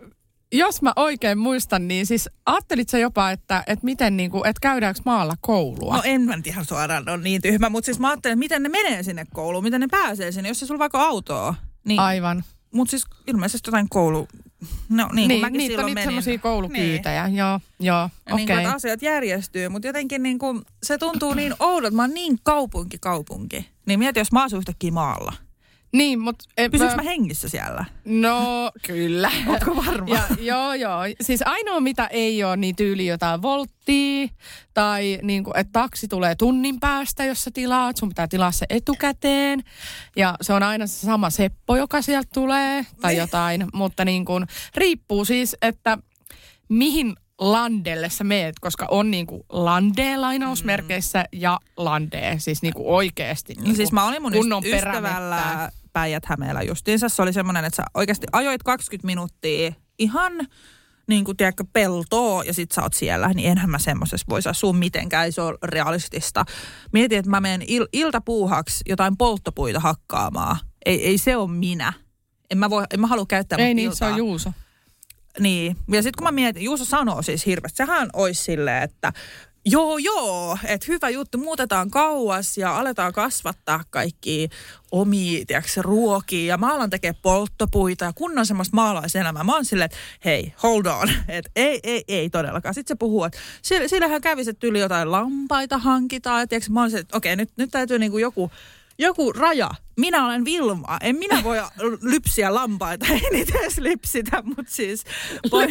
jos mä oikein muistan, niin siis ajattelit sä jopa, että, että miten niinku, että käydäänkö maalla koulua? No en mä nyt ihan suoraan ole niin tyhmä, mutta siis mä ajattelin, että miten ne menee sinne kouluun, miten ne pääsee sinne, jos se sulla vaikka autoa. Niin, aivan. Mutta siis ilmeisesti jotain koulu... No niin, niin, mäkin niitä silloin on niitä menin. semmoisia koulukyytejä, niin. joo, joo, okei. Niin kuin, että asiat järjestyy, mutta jotenkin niin kuin, se tuntuu niin oudolta. Mä oon niin kaupunki, kaupunki. Niin mieti, jos mä asun yhtäkkiä maalla. Niin, mutta... Pysyykö mä hengissä siellä? No, kyllä. Ootko varma? Ja, joo, joo. Siis ainoa, mitä ei ole, niin tyyli jotain volttia. Tai niin kuin, että taksi tulee tunnin päästä, jos sä tilaat. Sun pitää tilaa se etukäteen. Ja se on aina se sama seppo, joka sieltä tulee. Tai jotain. Mutta niin kuin, riippuu siis, että mihin landelle sä meet. Koska on niin kuin landee lainausmerkeissä mm. ja landee. Siis niin kuin oikeasti niin kuin siis mä olin mun kunnon ystävällä Päijät-Hämeellä justiinsa. Se oli semmoinen, että sä oikeasti ajoit kaksikymmentä minuuttia ihan niin kuin tiedätkö peltoa ja sit sä oot siellä. Niin enhän mä semmoisessa voisi asua mitenkään, ei se ole realistista. Mietin, että mä menen il- iltapuuhaksi jotain polttopuita hakkaamaan. Ei, ei se ole minä. En mä, voi, en mä halua käyttää ei mun niin, iltaa. se on Juuso. Niin, ja sitten kun mä mietin, Juuso sanoo siis hirveästi, sehän olisi silleen, että joo joo, että hyvä juttu, muutetaan kauas ja aletaan kasvattaa kaikki omia, tiedätkö, ruokia ja mä alan tekee polttopuita ja kunnon semmoista maalaiselämää. Mä oon silleen, että hei, hold on, että ei, ei, ei todellakaan. Sitten se puhuu, että sillähän kävisi, että yli jotain lampaita hankitaan ja tiedätkö, mä oon silleen, että okei, nyt, nyt täytyy niinku joku... Joku raja. Minä olen Vilma. En minä voi lypsiä lampaita. Ei niitä edes lypsitä, mutta siis... Voi...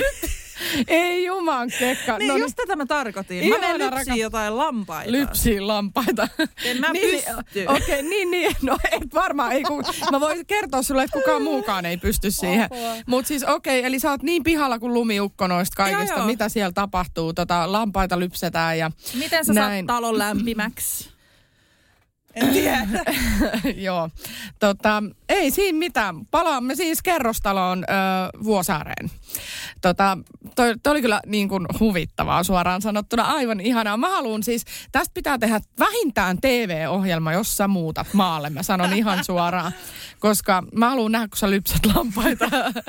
Ei juman kekka. Niin, no, just tätä mä tarkoitin. Mä menen lypsiä raka... jotain lampaita. Lypsiä lampaita. En mä niin, pysty. Okei, okay, niin, niin. No et varmaan. Ei, kun, mä voin kertoa sulle, että kukaan muukaan ei pysty siihen. Mutta siis okei, okay, eli sä oot niin pihalla kuin lumiukko noista kaikista. Joo, joo. Mitä siellä tapahtuu. Tota, lampaita lypsetään ja miten sä näin. saat talon lämpimäksi? En tiedä. Joo. Tota, ei siinä mitään. Palaamme siis kerrostaloon ö, Vuosaareen. Tota, toi, toi oli kyllä niin kuin huvittavaa suoraan sanottuna. Aivan ihanaa. Mä haluun siis, tästä pitää tehdä vähintään T V-ohjelma, jos sä muutat maalle. Mä sanon ihan suoraan. Koska mä haluun nähdä, kun sä lypsät lampaita.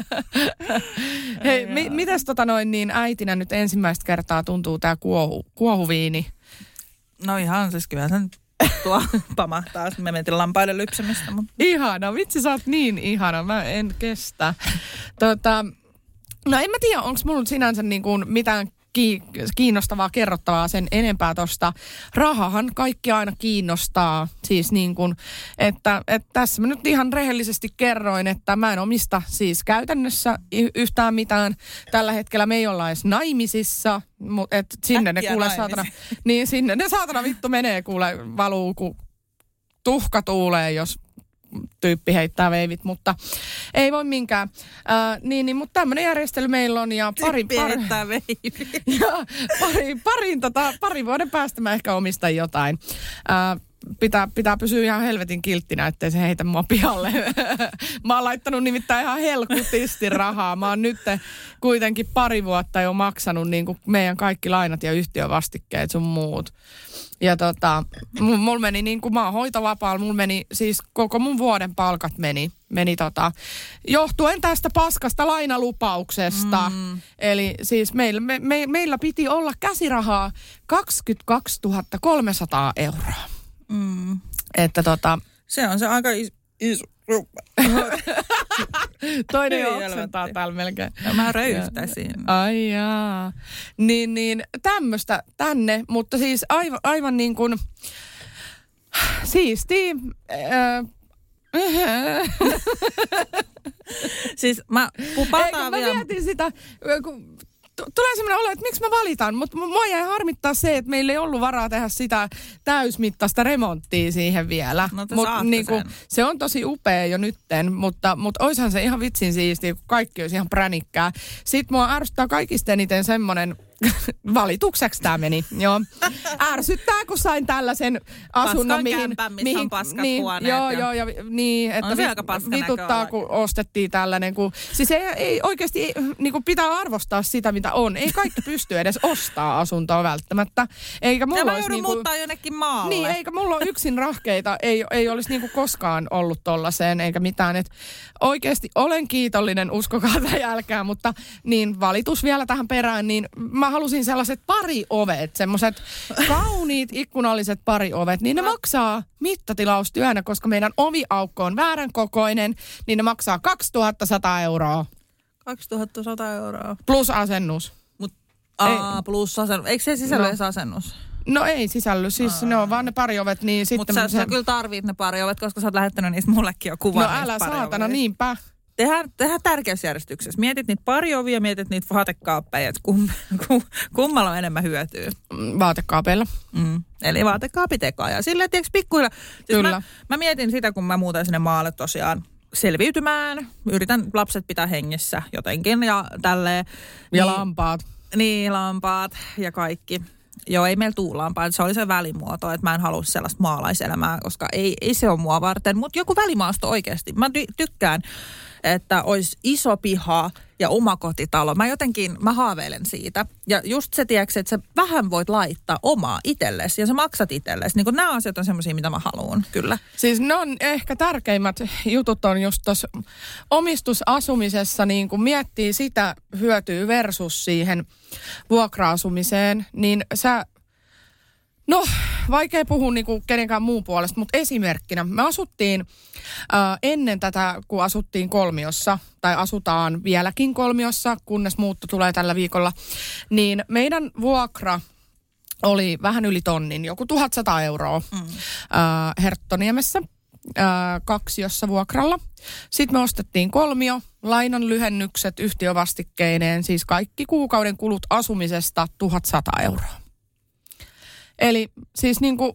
Hei, mi- mites tota noin niin äitinä nyt ensimmäistä kertaa tuntuu tää kuohu, kuohuviini? No ihan siis kyllä sen tuo pamahtaa. Me mentiin lampaiden lypsämistä. Mutta... Ihana, vitsi sä oot niin ihana. Mä en kestä. Tota, no en mä tiedä, onko mulla sinänsä niin kuin mitään kiinnostavaa kerrottavaa sen enempää tosta. Rahahan kaikki aina kiinnostaa. Siis niin kuin, että, että tässä mä nyt ihan rehellisesti kerroin, että mä en omista siis käytännössä y- yhtään mitään. Tällä hetkellä me ei olla edes naimisissa, mutta et sinne ne kuule saatana, niin sinne ne saatana vittu menee kuule valuu, kun tuhka tuulee, jos tyyppi heittää veivit, mutta ei voi minkään. Äh, niin, niin, mutta tämmöinen järjestely meillä on ja pari, tyyppi pari, heittää veivit. ja pari, parin, tota, parin vuoden päästä mä ehkä omistan jotain. Äh, pitää, pitää pysyä ihan helvetin kilttinä, ettei se heitä mua pihalle. Mä oon laittanut nimittäin ihan helkutisti rahaa. Mä oon nyt kuitenkin pari vuotta jo maksanut niin kuin meidän kaikki lainat ja yhtiövastikkeet sun muut. Ja tota, mulla meni niin kuin mä oon hoitovapaalla, mulla meni siis koko mun vuoden palkat meni, meni tota, johtuen tästä paskasta lainalupauksesta. Mm. Eli siis meillä, me, me, meillä piti olla käsirahaa kaksikymmentäkaksituhatta kolmesataa euroa. Mm. Että tota... Se on se aika is- iso ruppa. Toinen jo oksentaa täällä melkein. Ja mä röyhtäisin. Ai jaa. Niin, niin tämmöistä tänne, mutta siis aivan, aivan niin kuin siistiä. Siis mä pupataan vielä. Mä mietin sitä, kun tulee semmoinen olo, että miksi mä valitan, mutta mua jäi harmittaa se, että meillä ei ollut varaa tehdä sitä täysmittaista remonttia siihen vielä. No te Mut, saatte niinku, sen. Se on tosi upea jo nytten, mutta, mutta oishan se ihan vitsin siistiä, kun kaikki olisi ihan pränikkää. Sitten mua ärsyttää kaikista eniten semmoinen, valitukseksi tämä meni, joo. Ärsyttää, kun sain tällaisen asunnon, paskan mihin... kämpän, missä mihin on paskat niin, huoneet. Joo, ja... joo, ja niin, että se vit, aika paska vituttaa, kun ostettiin tällainen. Kun, siis ei, ei oikeasti, ei, niin kuin pitää arvostaa sitä, mitä on. Ei kaikki pysty edes ostaa asuntoa välttämättä. Eikä mulla ja mä olisi joudun niinku, muuttaa jonnekin maalle. Niin, eikä mulla ole yksin rahkeita. Ei, ei olisi niinku koskaan ollut tollaiseen, eikä mitään. Et oikeasti olen kiitollinen, uskokaa tämän jälkeen, mutta niin valitus vielä tähän perään, niin mä halusin sellaiset pariovet, semmoiset kauniit ikkunalliset pariovet, niin ne maksaa mittatilaustyönä, koska meidän oviaukko on väärän kokoinen, niin ne maksaa kaksituhattasata euroa. kaksituhattasata euroa. Plus asennus. Mut, aa, plus asennus. Eikö se sisällä No. edes asennus? No ei sisälly, siis aa. Ne on vaan ne pariovet, niin sitten... Mutta sä, se... sä kyllä tarvit ne pariovet, koska sä oot lähettänyt niistä mullekin jo kuvan. No älä saatana, niinpä. Tehdään, tehdään tärkeysjärjestyksessä. Mietit niitä pariovia, mietit niitä vaatekaappeja, että kum, kum, kummalla on enemmän hyötyä. Vaatekaapeilla. Mm. Eli vaatekaapit ekaa. Ja silleen, tiedätkö, pikkuilla. Siis Kyllä. Mä, mä mietin sitä, kun mä muutan sinne maalle tosiaan selviytymään. Yritän lapset pitää hengissä jotenkin ja tälleen. Ja niin, lampaat. Niin, lampaat ja kaikki. Joo, ei meillä tuu lampaat. Se oli se välimuoto, että mä en halua sellaista maalaiselämää, koska ei, ei se ole mua varten. Mutta joku välimaasto oikeasti. Mä ty- tykkään, että olisi iso piha ja omakotitalo. Mä jotenkin, mä haaveilen siitä. Ja just se, tiedätkö, että sä vähän voit laittaa omaa itsellesi ja sä maksat itsellesi. Niin kun nämä asiat on semmoisia, mitä mä haluan, kyllä. Siis ne on ehkä tärkeimmät jutut on just tuossa omistusasumisessa, niin kun miettii sitä hyötyä versus siihen vuokra-asumiseen, niin sä... No, vaikea puhua niinku kenenkään muun puolesta, mutta esimerkkinä. Me asuttiin äh, ennen tätä, kun asuttiin kolmiossa, tai asutaan vieläkin kolmiossa, kunnes muutto tulee tällä viikolla, niin meidän vuokra oli vähän yli tonnin, joku tuhatsata euroa mm. äh, Herttoniemessä, äh, kaksiossa vuokralla. Sitten me ostettiin kolmio, lainan lyhennykset yhtiövastikkeineen, siis kaikki kuukauden kulut asumisesta tuhatsata euroa. Eli siis niinku,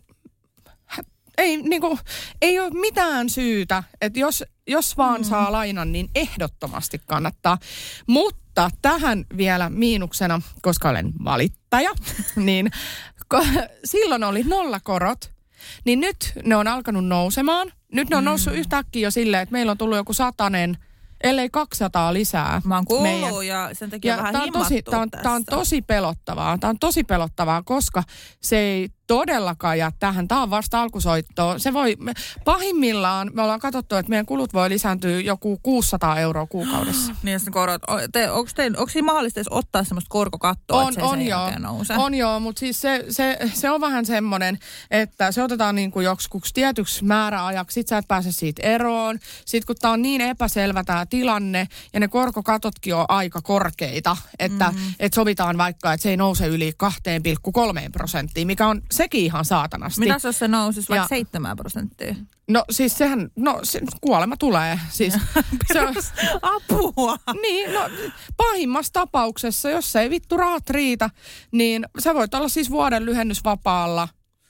ei, niinku, ei ole mitään syytä, että jos, jos vaan mm. saa lainan, niin ehdottomasti kannattaa. Mutta tähän vielä miinuksena, koska olen valittaja, niin ko, silloin oli nollakorot niin nyt ne on alkanut nousemaan. Nyt ne on noussut mm. yhtäkkiä jo silleen, että meillä on tullut joku satanen, ellei kaksisataa lisää. Mä oon kuullut ja sen takia ja vähän himmattu Tämä on, tää on tosi pelottavaa. Tämä on tosi pelottavaa, koska se ei todellakaan jää tähän. Tämä on vasta alkusoittoa. Se voi, me, pahimmillaan me ollaan katsottu, että meidän kulut voi lisääntyä joku kuusisataa euroa kuukaudessa. Niin, jos ne korot, te, onko, tein, onko siinä mahdollista edes ottaa semmoista korkokattoa, on, että se on sen joo. jälkeen nousee? On joo, mutta siis se, se, se on vähän semmoinen, että se otetaan niin kuin joksikuksi tietyksi määräajaksi, sit sä et pääse siitä eroon. Sitten kun tää on niin epäselvä tää tilanne ja ne korkokatotkin on aika korkeita, että mm-hmm. et sovitaan vaikka, että se ei nouse yli kaksi pilkku kolme prosenttia, mikä on sekin ihan saatanasti. Mitäs jos se nousisi vaikka seitsemän prosenttia? No siis sehän, no se, kuolema tulee. Siis, se on, apua! Niin, no pahimmassa tapauksessa, jos ei vittu rahat riitä, niin sä voit olla siis vuoden lyhennysvapaalla,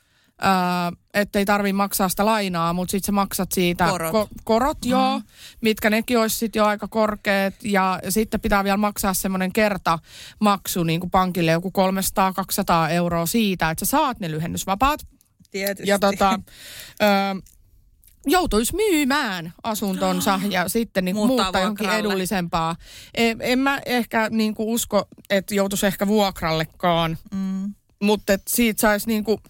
ää, ettei tarvitse maksaa sitä lainaa, mutta sit sä maksat siitä korot, ko- korot mm. joo, mitkä nekin olisi sitten jo aika korkeat. Ja sitten pitää vielä maksaa semmoinen kertamaksu niin kuin pankille joku kolmesataa kaksisataa euroa siitä, että sä saat ne lyhennysvapaat. Tietysti. Ja tota... Ää, joutuisi myymään asuntonsa ja sitten niin muuttaa, muuttaa johonkin edullisempaa. En, en mä ehkä niin kuin usko, että joutuisi ehkä vuokrallekaan, mm. mutta siitä saisi niin kuin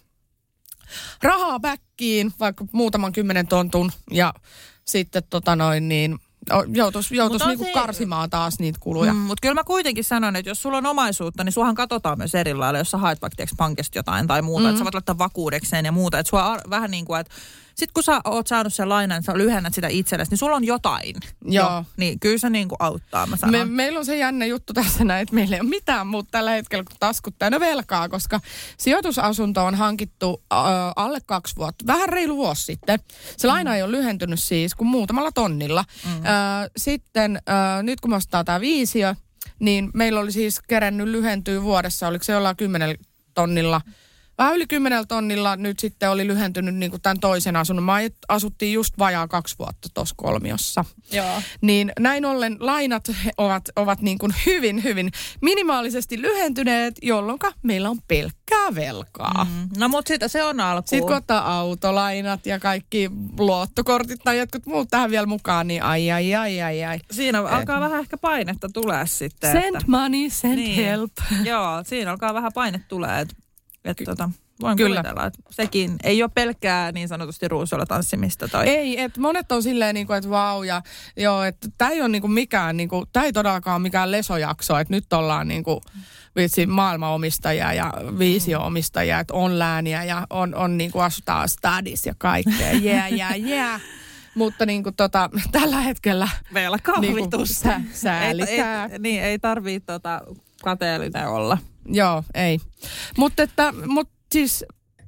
rahaa backiin, vaikka muutaman kymmenen tontun ja sitten tota noin niin joutuisi joutuisi niinku se... karsimaan taas niitä kuluja. Mm, mutta kyllä mä kuitenkin sanon, että jos sulla on omaisuutta, niin suahan katsotaan myös eri lailla, jos sä haet vaikka pankista jotain tai muuta, mm. että sä voit laittaa vakuudekseen ja muuta, että sua ar- vähän niin kuin, että sit kun sä oot saanut sen lainan, sä lyhennät sitä itsellesi, niin sulla on jotain. Joo. Jo, niin kyllä se niin kuin auttaa, mä sanon. Me, meillä on se jännä juttu tässä näin, että meillä ei ole mitään muuta tällä hetkellä kuin taskut täynnä velkaa, koska sijoitusasunto on hankittu äh, alle kaksi vuotta, vähän reilu vuosi sitten. Se laina mm. ei ole lyhentynyt siis kuin muutamalla tonnilla. Mm. Äh, sitten äh, nyt kun me ostetaan tämä viisiö, niin meillä oli siis kerennyt lyhentyä vuodessa, oliko se jollain kymmenellä tonnilla. Vähän yli kymmenellä tonnilla nyt sitten oli lyhentynyt niin kuin tämän toisen asunnon. Me asuttiin just vajaa kaksi vuotta tuossa kolmiossa. Joo. Niin näin ollen lainat ovat, ovat niin kuin hyvin, hyvin minimaalisesti lyhentyneet, jolloin meillä on pelkkää velkaa. Mm. No mutta sitä se on alkuun. Sitten kun ottaa autolainat ja kaikki luottokortit tai jotkut muut tähän vielä mukaan, niin ai ai ai ai ai. Siinä eh. alkaa vähän ehkä painetta tulee sitten. Send että... money, send niin. help. Joo, siinä alkaa vähän paine tulee, että Että tota, voin Kyllä. kuvitella, että sekin ei ole pelkkää niin sanotusti ruusuilla tanssimista. Tai... Ei, että monet on silleen, niin kuin, että vau, ja joo, että tämä ei ole niin kuin mikään, niin kuin, tämä ei todellakaan ole mikään lesojakso, että nyt ollaan niin kuin, vitsi maailmanomistajia ja viisio-omistajia, että on lääniä ja on, on niin kuin asutaan stadis ja kaikkea, yeah, yeah, yeah. Mutta niin kuin tota, tällä hetkellä velkaa niin vitusta. Sä, säälitää. Ei, ei, niin, ei tarvitse tota, kateellinen olla. Joo, ei. Mutta että, mut siis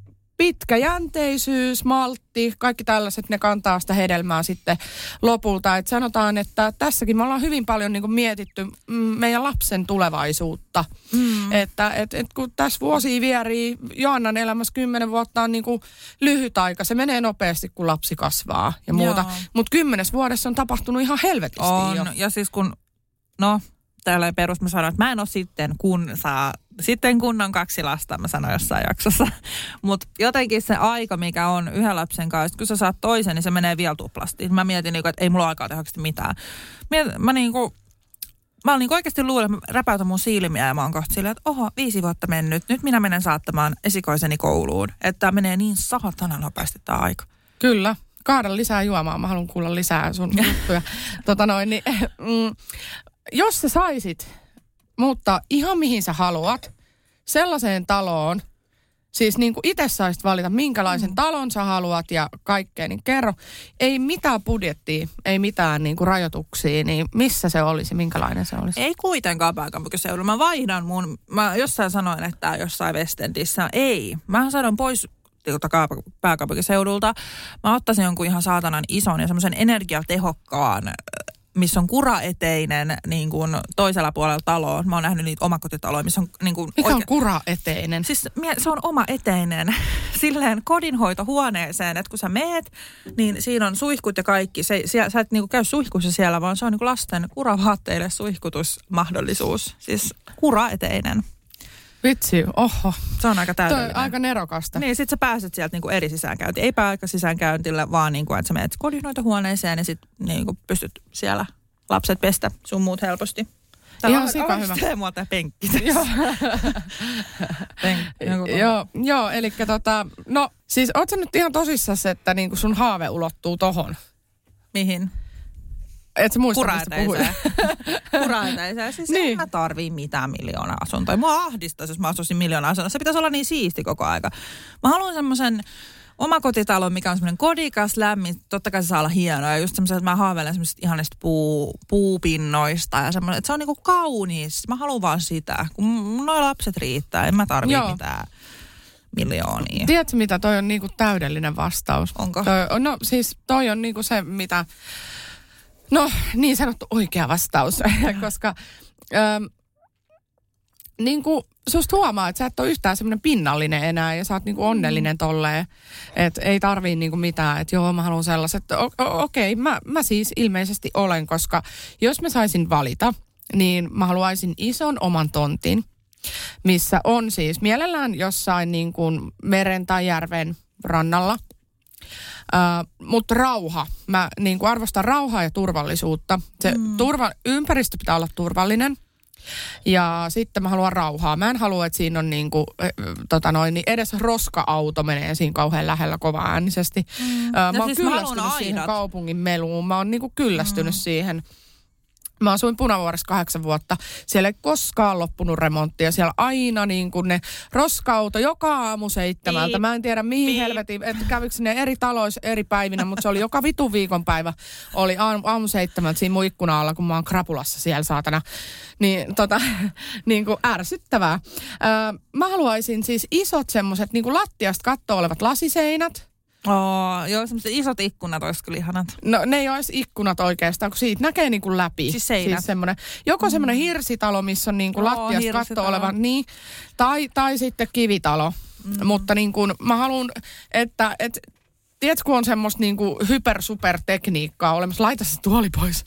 pitkäjänteisyys, maltti, kaikki tällaiset, ne kantaa sitä hedelmää sitten lopulta. Et sanotaan, että tässäkin me ollaan hyvin paljon niin kuin mietitty meidän lapsen tulevaisuutta. Mm. Että et, et kun tässä vuosia vierii, Joannan elämässä kymmenen vuotta on niin kuin lyhyt aika. Se menee nopeasti, kun lapsi kasvaa ja muuta. Mutta kymmenes vuodessa on tapahtunut ihan helvetisti on, jo. Ja siis kun, no... Tällä perus mä sanoin, että mä en ole sitten kun saa, sitten kun on kaksi lasta, mä sanoin jossain jaksossa. Mutta jotenkin se aika, mikä on yhden lapsen kanssa, kun sä saat toisen, niin se menee vielä tuplasti. Mä mietin, että ei mulla ole aikaa tehdä mitään. Mietin, mä niinku, mä niinku oikeasti luulen, että mä räpäytän mun silmiä ja mä oon kohta silleen, että oho, viisi vuotta mennyt. Nyt minä menen saattamaan esikoiseni kouluun. Että menee niin saatana nopeasti tää aika. Kyllä. Kaada lisää juomaa. Mä haluan kuulla lisää sun juttuja. tota noin, niin... Mm, jos sä saisit muuttaa ihan mihin sä haluat, sellaiseen taloon, siis niin kuin itse saisit valita, minkälaisen mm. talon sä haluat ja kaikkea, niin kerro. Ei mitään budjettia, ei mitään niin kuin rajoituksia, niin missä se olisi, minkälainen se olisi? Ei kuitenkaan pääkaupunkiseudulla. Mä vaihdan mun, mä jossain sanoin, että jossain Westendissä, ei. Mä sanon pois pääkaupunkiseudulta. Mä ottaisin jonkun ihan saatanan ison ja semmoisen energiatehokkaan, missä on kuraeteinen niin kuin toisella puolella taloa. Mä oon nähnyt niitä omakotitaloja, missä on niin kuin mikä oikein... on kuraeteinen? Siis se on oma eteinen. Silleen kodinhoitohuoneeseen, että kun sä meet, niin siinä on suihkut ja kaikki. Se, siellä, sä et niin kuin käy suihkussa siellä, vaan se on niin kuin lasten kuravaatteille suihkutusmahdollisuus. Siis kuraeteinen. Vitsi, oho. Se on aika täydellinen. Toi aika nerokasta. Niin, sit sä pääset sieltä niinku eri sisäänkäyntiin. Ei aika sisäänkäyntillä, vaan niinku, että sä menet kodinoitohuoneeseen ja sit niinku pystyt siellä lapset pestä sun muut helposti. Tää ihan on sika hyvä. Tää mua tää penkki. Joo. Penk- joo, joo, eli tota, no siis oot sä nyt ihan tosissaan, että niinku sun haave ulottuu tohon? Mihin? Et sä muista, mistä puhuit? Kuraetäisää. Siis niin. En mä tarvii mitään miljoonaa asuntoa. Mua ahdistaisi, jos mä asuisin miljoonaa asuntoa. Se pitäisi olla niin siisti koko aika. Mä haluan semmoisen omakotitalon, mikä on semmoinen kodikas, lämmin. Totta kai se saa olla hienoa. Ja just semmoisen, että mä haaveilen semmoisista ihanista puu, puupinnoista. Ja semmoinen, että se on niinku kaunis. Mä haluan vaan sitä. Kun noi lapset riittää, en mä tarvii Joo. mitään miljoonia. Tiedätkö mitä? Toi on niinku täydellinen vastaus. Onko? Toi, no siis toi on niinku se, mitä... No, niin sanottu oikea vastaus, koska ähm, niin kuin susta huomaa, että sä et ole yhtään semmoinen pinnallinen enää ja sä oot niin kuin onnellinen tolleen, että ei tarvii niin kuin mitään, että joo mä haluan sellaiset. O- o- okei, okay, mä, mä siis ilmeisesti olen, koska jos mä saisin valita, niin mä haluaisin ison oman tontin, missä on siis mielellään jossain niin kuin meren tai järven rannalla. Uh, mutta rauha. Mä niin kuin arvostan rauhaa ja turvallisuutta. Se mm. turva, ympäristö pitää olla turvallinen. Ja sitten mä haluan rauhaa. Mä en halua, että siinä on niin kuin, äh, tota noin, niin edes roska-auto menee siinä kauhean lähellä kova-äänisesti. Mm. Uh, mä oon siis kyllästynyt siihen kaupungin meluun. Mä oon niin kuin kyllästynyt mm. siihen. Mä asuin Punavuoressa kahdeksan vuotta. Siellä ei koskaan loppunut remonttia. Siellä aina niin kuin ne roska-auto joka aamu seitsemältä. Mä en tiedä mihin Piip. helvetin, että kävikö ne eri taloissa eri päivinä, mutta se oli joka vitun viikonpäivä. Oli aamu, aamu seitsemältä siinä mun ikkuna alla, kun mä oon krapulassa siellä saatana. Niin tota, niin kuin ärsyttävää. Öö, mä haluaisin siis isot semmoset niin kuin lattiasta kattoon olevat lasiseinät. Oh, joo, semmoiset isot ikkunat olisi kyllä ihanat. No ne ei olisi ikkunat oikeastaan, kun siitä näkee niin kuin läpi. Siis seinät. Siis semmoinen, joko semmoinen hirsitalo, missä on niin kuin oh, lattiasta katto oleva, niin, tai, tai sitten kivitalo. Mm. Mutta niin kuin mä haluan, että... että tiedätkö, kun on semmoista niinku hyper-super-tekniikkaa olemassa, laita se tuoli pois.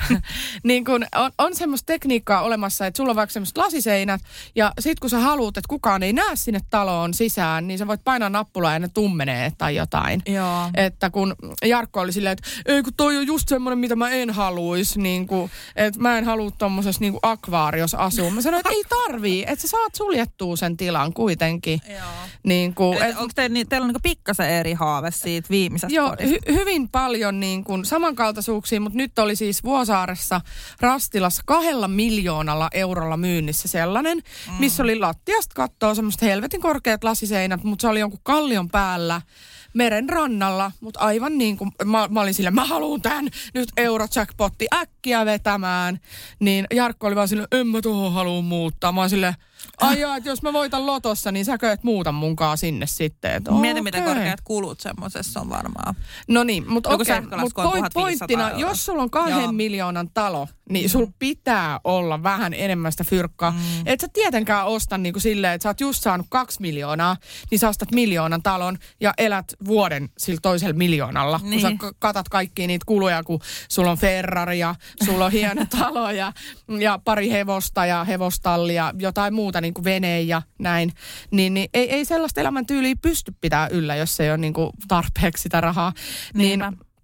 niin kun on, on semmoista tekniikkaa olemassa, että sulla on vaikka semmoiset lasiseinät, ja sit kun sä haluut, että kukaan ei näe sinne taloon sisään, niin sä voit painaa nappulaa ja ne tummenee tai jotain. Joo. Että kun Jarkko oli silleen, että ei kun toi on just semmoinen, mitä mä en haluis, niin kun, että mä en halua tommosessa niinku akvaariossa asua. Mä sanoin, että ei tarvii, että sä saat suljettua sen tilan kuitenkin. Joo. Niin kun, et, onko te, niin, teillä on niinku pikkasen eri haave siitä viimeisestä Joo, kodista? hy- hyvin paljon niin kuin samankaltaisuuksia, mutta nyt oli siis Vuosaaressa Rastilassa kahdella miljoonalla eurolla myynnissä sellainen, mm. missä oli lattiasta kattoa semmoista helvetin korkeat lasiseinät, mutta se oli jonkun kallion päällä meren rannalla, mutta aivan niin kuin, mä, mä olin silleen, mä haluun tän nyt eurojackpotti äkkiä vetämään, niin Jarkko oli vaan silleen, en mä tuohon halua muuttaa. Mä oon silleen, ai jaa, että jos mä voitan lotossa, niin säkö et muuta munkaan sinne sitten. Et, Mieti, okay. miten korkeat kulut semmoisessa on varmaan. No niin, mutta okei, okay, mutta point, pointtina, euroa. jos sulla on kahden Joo. miljoonan talo, niin mm. sulla pitää olla vähän enemmän sitä fyrkkaa. Mm. Et sä tietenkään osta niin kuin silleen, että sä oot just saanut kaksi miljoonaa, niin sä ostat miljoonan talon ja elät vuoden sillä toisella miljoonalla. Niin. Kun sä katat kaikkia niitä kuluja, kun sulla on Ferrari ja sulla on hieno talo ja, ja pari hevosta ja hevostalli ja jotain muuta, niin kuin vene ja näin. Niin, niin ei, ei sellaista elämäntyyliä pysty pitää yllä, jos ei ole niin kuin tarpeeksi sitä rahaa. Niin,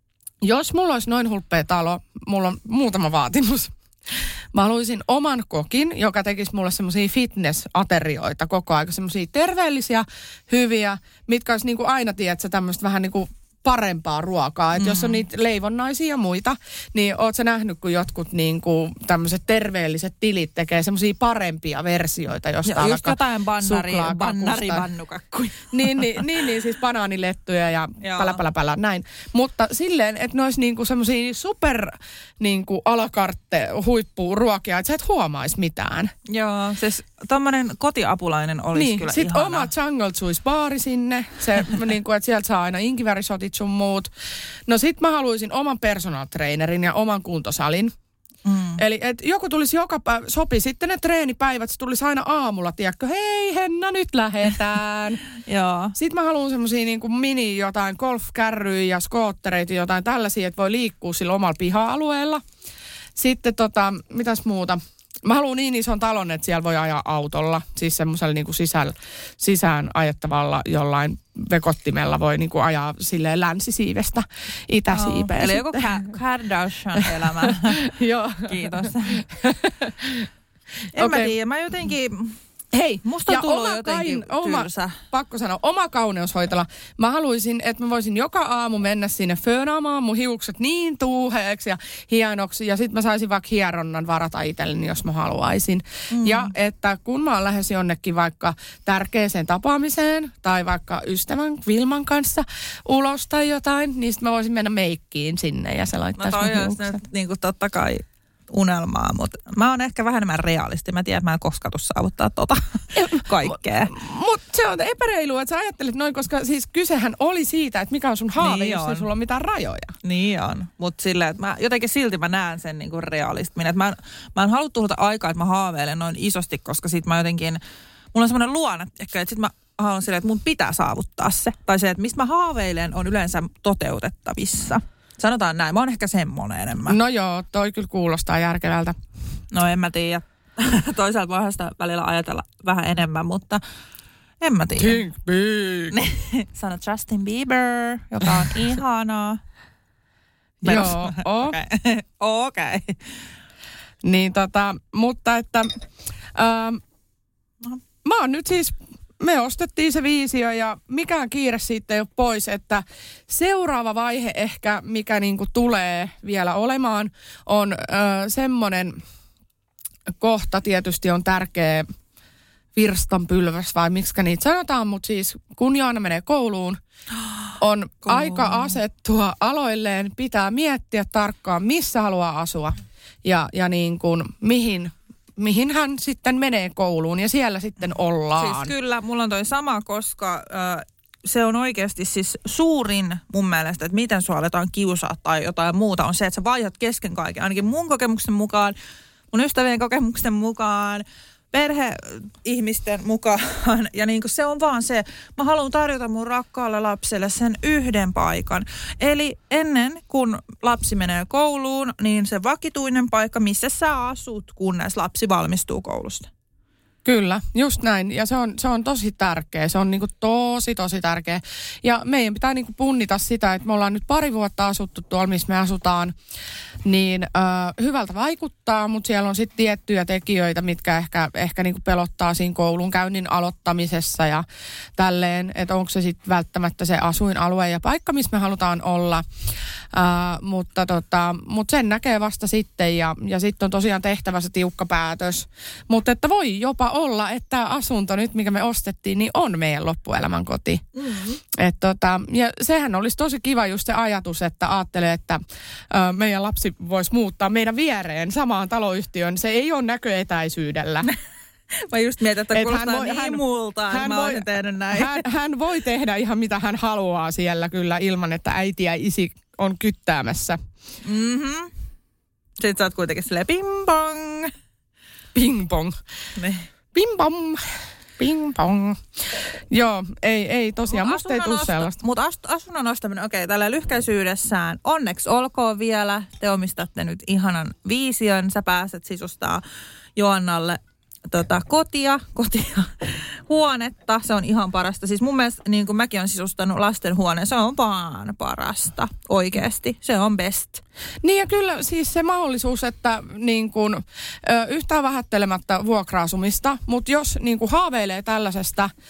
jos mulla olisi noin hulppea talo, mulla on muutama vaatimus. Mä haluaisin oman kokin, joka tekisi mulle semmoisia fitness-aterioita koko ajan. Semmoisia terveellisiä, hyviä, mitkä olisi niin kuin aina, tiedätkö, tämmöistä vähän niin kuin parempaa ruokaa. Että mm. jos on niitä leivonnaisia ja muita, niin oot sä nähnyt, kun jotkut niin kuin tämmöiset terveelliset tilit tekee semmoisia parempia versioita jostain. Ja just jotain bannari, bannarivannukakkuja. niin, niin, niin, niin, siis banaanilettuja ja pälä, pälä, pälä, näin. Mutta silleen, että ne olisi niin kuin semmoisia super niin kuin alakartte huippuruokia, että sä et huomaisi mitään. Joo, siis tommonen kotiapulainen olisi niin, kyllä sit ihana. Oma Jungle Juice baari sinne, se niin kuin, että sieltä saa aina inkivärisotit sun muut. No sit mä haluaisin oman personal trainerin ja oman kuntosalin. Mm. Eli et joku tulisi joka päivä, sopi sitten ne treenipäivät, se tulisi aina aamulla, tiedätkö, hei Henna, nyt lähetään. Joo. Sitten mä haluan semmosia niinku mini jotain golfkärryjä ja skoottereita, jotain tällaisia, että voi liikkua sillä omalla piha-alueella. Sitten tota, mitäs muuta? mä haluan niin ison talon, että siellä voi ajaa autolla. Siis semmoisella niin kuin sisään, sisään ajettavalla jollain vekottimella voi niin kuin ajaa silleen länsisiivestä itäsiipeen. Oh, eli joku Kardashian-elämä. Joo. Kiitos. En okay. mä tiedä, mä jotenkin... Hei, musta ja tullut oma jotenkin kain, tylsä. Oma, pakko sanoa, oma kauneushoitola. Mä haluaisin, että mä voisin joka aamu mennä sinne föönaamaan mun hiukset niin tuuheeksi ja hienoksi. Ja sit mä saisin vaikka hieronnan varata itselleni, jos mä haluaisin. Mm. Ja että kun mä oon lähes jonnekin vaikka tärkeäseen tapaamiseen tai vaikka ystävän Vilman kanssa ulos tai jotain, niin sit mä voisin mennä meikkiin sinne ja se laittaisi no mun hiukset. Nyt, niin kuin totta kai unelmaa, mutta mä oon ehkä vähän enemmän realisti. Mä tiedän, että mä en koskaan tuu saavuttaa tota kaikkea. Mutta se on epäreilua, että sä ajattelet noin, koska siis kysehän oli siitä, että mikä on sun haave, niin jos on. Ei sulla ole mitään rajoja. Niin on, mutta silleen, että mä jotenkin silti mä näen sen niin kuin realismin. Että mä, en, mä en halua tuhlata aikaa, että mä haaveilen noin isosti, koska sit mä jotenkin, mulla on semmoinen luonne ehkä, että sit mä haluan silleen, että mun pitää saavuttaa se. Tai se, että mistä mä haaveilen, on yleensä toteutettavissa. Sanotaan näin. Mä oon ehkä semmoinen enemmän. No joo, toi kyllä kuulostaa järkevältä. No en mä tiedä. Toisaalta voihan sitä välillä ajatella vähän enemmän, mutta en mä tiedä. Think big. Sano Justin Bieber, joka on ihanaa. Joo, okei. Okei. Okay. Niin tota, mutta että ähm, mä oon nyt siis... Me ostettiin se viisio ja mikään kiire siitä ei ole pois, että seuraava vaihe ehkä, mikä niinku tulee vielä olemaan, on ö, semmoinen kohta tietysti on tärkeä virstanpylväs vai miksikä niitä sanotaan, mutta siis kun Jaana menee kouluun, on Koulu. aika asettua aloilleen, pitää miettiä tarkkaan, missä haluaa asua ja, ja niin kuin mihin mihin hän sitten menee kouluun ja siellä sitten ollaan. Siis kyllä, mulla on toi sama, koska äh, se on oikeasti siis suurin mun mielestä, että miten sua aletaan kiusaa tai jotain muuta, on se, että sä vaihdat kesken kaiken. Ainakin mun kokemuksen mukaan, mun ystävien kokemuksen mukaan, perheihmisten mukaan. Ja niin kuin se on vaan se, mä haluan tarjota mun rakkaalle lapselle sen yhden paikan. Eli ennen kun lapsi menee kouluun, niin se vakituinen paikka, missä sä asut, kunnes lapsi valmistuu koulusta. Kyllä, just näin. Ja se on, se on tosi tärkeä. Se on niinku tosi, tosi tärkeä. Ja meidän pitää niinku punnita sitä, että me ollaan nyt pari vuotta asuttu tuolla, missä me asutaan. Niin äh, hyvältä vaikuttaa, mutta siellä on sitten tiettyjä tekijöitä, mitkä ehkä, ehkä niinku pelottaa siinä koulunkäynnin aloittamisessa ja tälleen. Että onko se sitten välttämättä se asuinalue ja paikka, missä me halutaan olla. Äh, mutta tota, mut sen näkee vasta sitten ja, ja sitten on tosiaan tehtävä se tiukka päätös. Mutta että voi jopa olla, että tämä asunto nyt, mikä me ostettiin, niin on meidän loppuelämän koti. Mm-hmm. Et tota, ja sehän olisi tosi kiva just se ajatus, että ajattelee, että ö, meidän lapsi voisi muuttaa meidän viereen samaan taloyhtiöön. Se ei ole näköetäisyydellä. Mä just mietin, että Et kuulostaa hän voi, niin hän, multa, hän mä voi, olisin tehnyt näin. Hän, hän voi tehdä ihan mitä hän haluaa siellä kyllä ilman, että äiti ja isi on kyttäämässä. Mhm. Sitten sä oot kuitenkin silleen ping pong. Ping pong. Niin. Ping pong. Ping pong. Joo, ei, ei tosiaan, musta ei tule sellaista. Mutta asunnon ostaminen, okei, okay, tällä lyhkäisyydessään, onneksi olkoon vielä. Te omistatte nyt ihanan viision. Sä pääset sisustaa Joannalle tota, kotia, kotia, huonetta. Se on ihan parasta. Siis mun mielestä, niin kuin mäkin olen sisustanut lastenhuoneen, se on vaan parasta. Oikeasti. Se on best. Niin ja kyllä siis se mahdollisuus, että niin kuin, ö, yhtään vähättelemättä vuokra-asumista, mutta jos niin kuin haaveilee tällaisesta ö,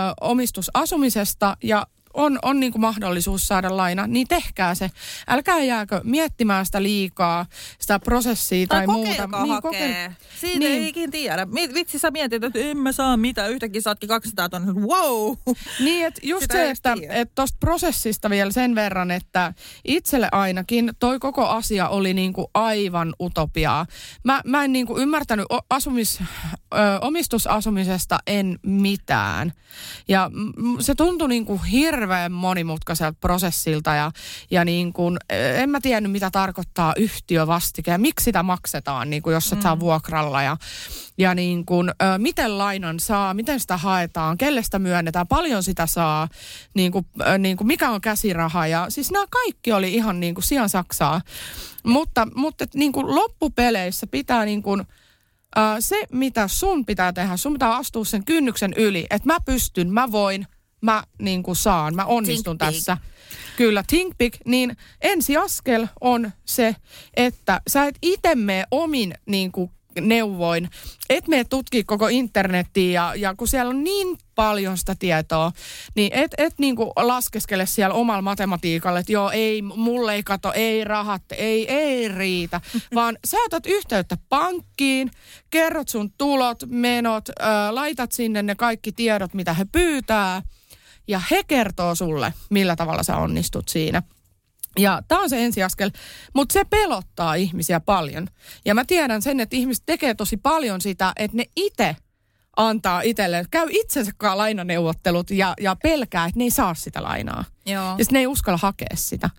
omistusasumisesta ja on, on niin kuin mahdollisuus saada laina, niin tehkää se. Älkää jääkö miettimään sitä liikaa, sitä prosessia tai, tai muuta. Tai niin, hakee. Siitä niin. Ei ikin tiedä. Vitsi sä mietit, että en mä saa mitään. Yhtäkkiä saatkin kaksisataa tonne. Wow! Niin, että just sitä se, että et tuosta prosessista vielä sen verran, että itselle ainakin toi koko asia oli niin kuin aivan utopiaa. Mä, mä en niin kuin ymmärtänyt asumis, ö, omistusasumisesta en mitään. Ja se tuntui niin kuin hirveän hirveän monimutkaiselta prosessilta ja, ja niin kuin, en mä tiennyt, mitä tarkoittaa yhtiövastike ja miksi sitä maksetaan, niin kuin jos et mm. saa vuokralla ja, ja niin kuin, ö, miten lainan saa, miten sitä haetaan, kelle sitä myönnetään, paljon sitä saa, niin kuin, ö, niin kuin mikä on käsiraha ja siis nämä kaikki oli ihan niin kuin sian saksaa, mutta, mutta niin kuin loppupeleissä pitää niin kuin uh, se, mitä sun pitää tehdä, sun pitää astua sen kynnyksen yli, että mä pystyn, mä voin, mä niin kuin saan, mä onnistun Think tässä. Big. Kyllä, think big, niin ensiaskel on se, että sä et itse mene omin niin kuin neuvoin, et mene tutkii koko internettiä ja, ja kun siellä on niin paljon sitä tietoa, niin et, et niin kuin laskeskele siellä omalla matematiikalla, että joo, ei, mulle ei kato, ei rahat, ei, ei riitä, vaan sä otat yhteyttä pankkiin, kerrot sun tulot, menot, ää, laitat sinne ne kaikki tiedot, mitä he pyytää, ja he kertoo sulle, millä tavalla sä onnistut siinä. Ja tämä on se ensiaskel, mutta se pelottaa ihmisiä paljon. Ja mä tiedän sen, että ihmiset tekee tosi paljon sitä, että ne itse antaa itselleen, käy itsensä lainaneuvottelut ja, ja pelkää, että ne ei saa sitä lainaa. Joo. Ja sitten ne ei uskalla hakea sitä.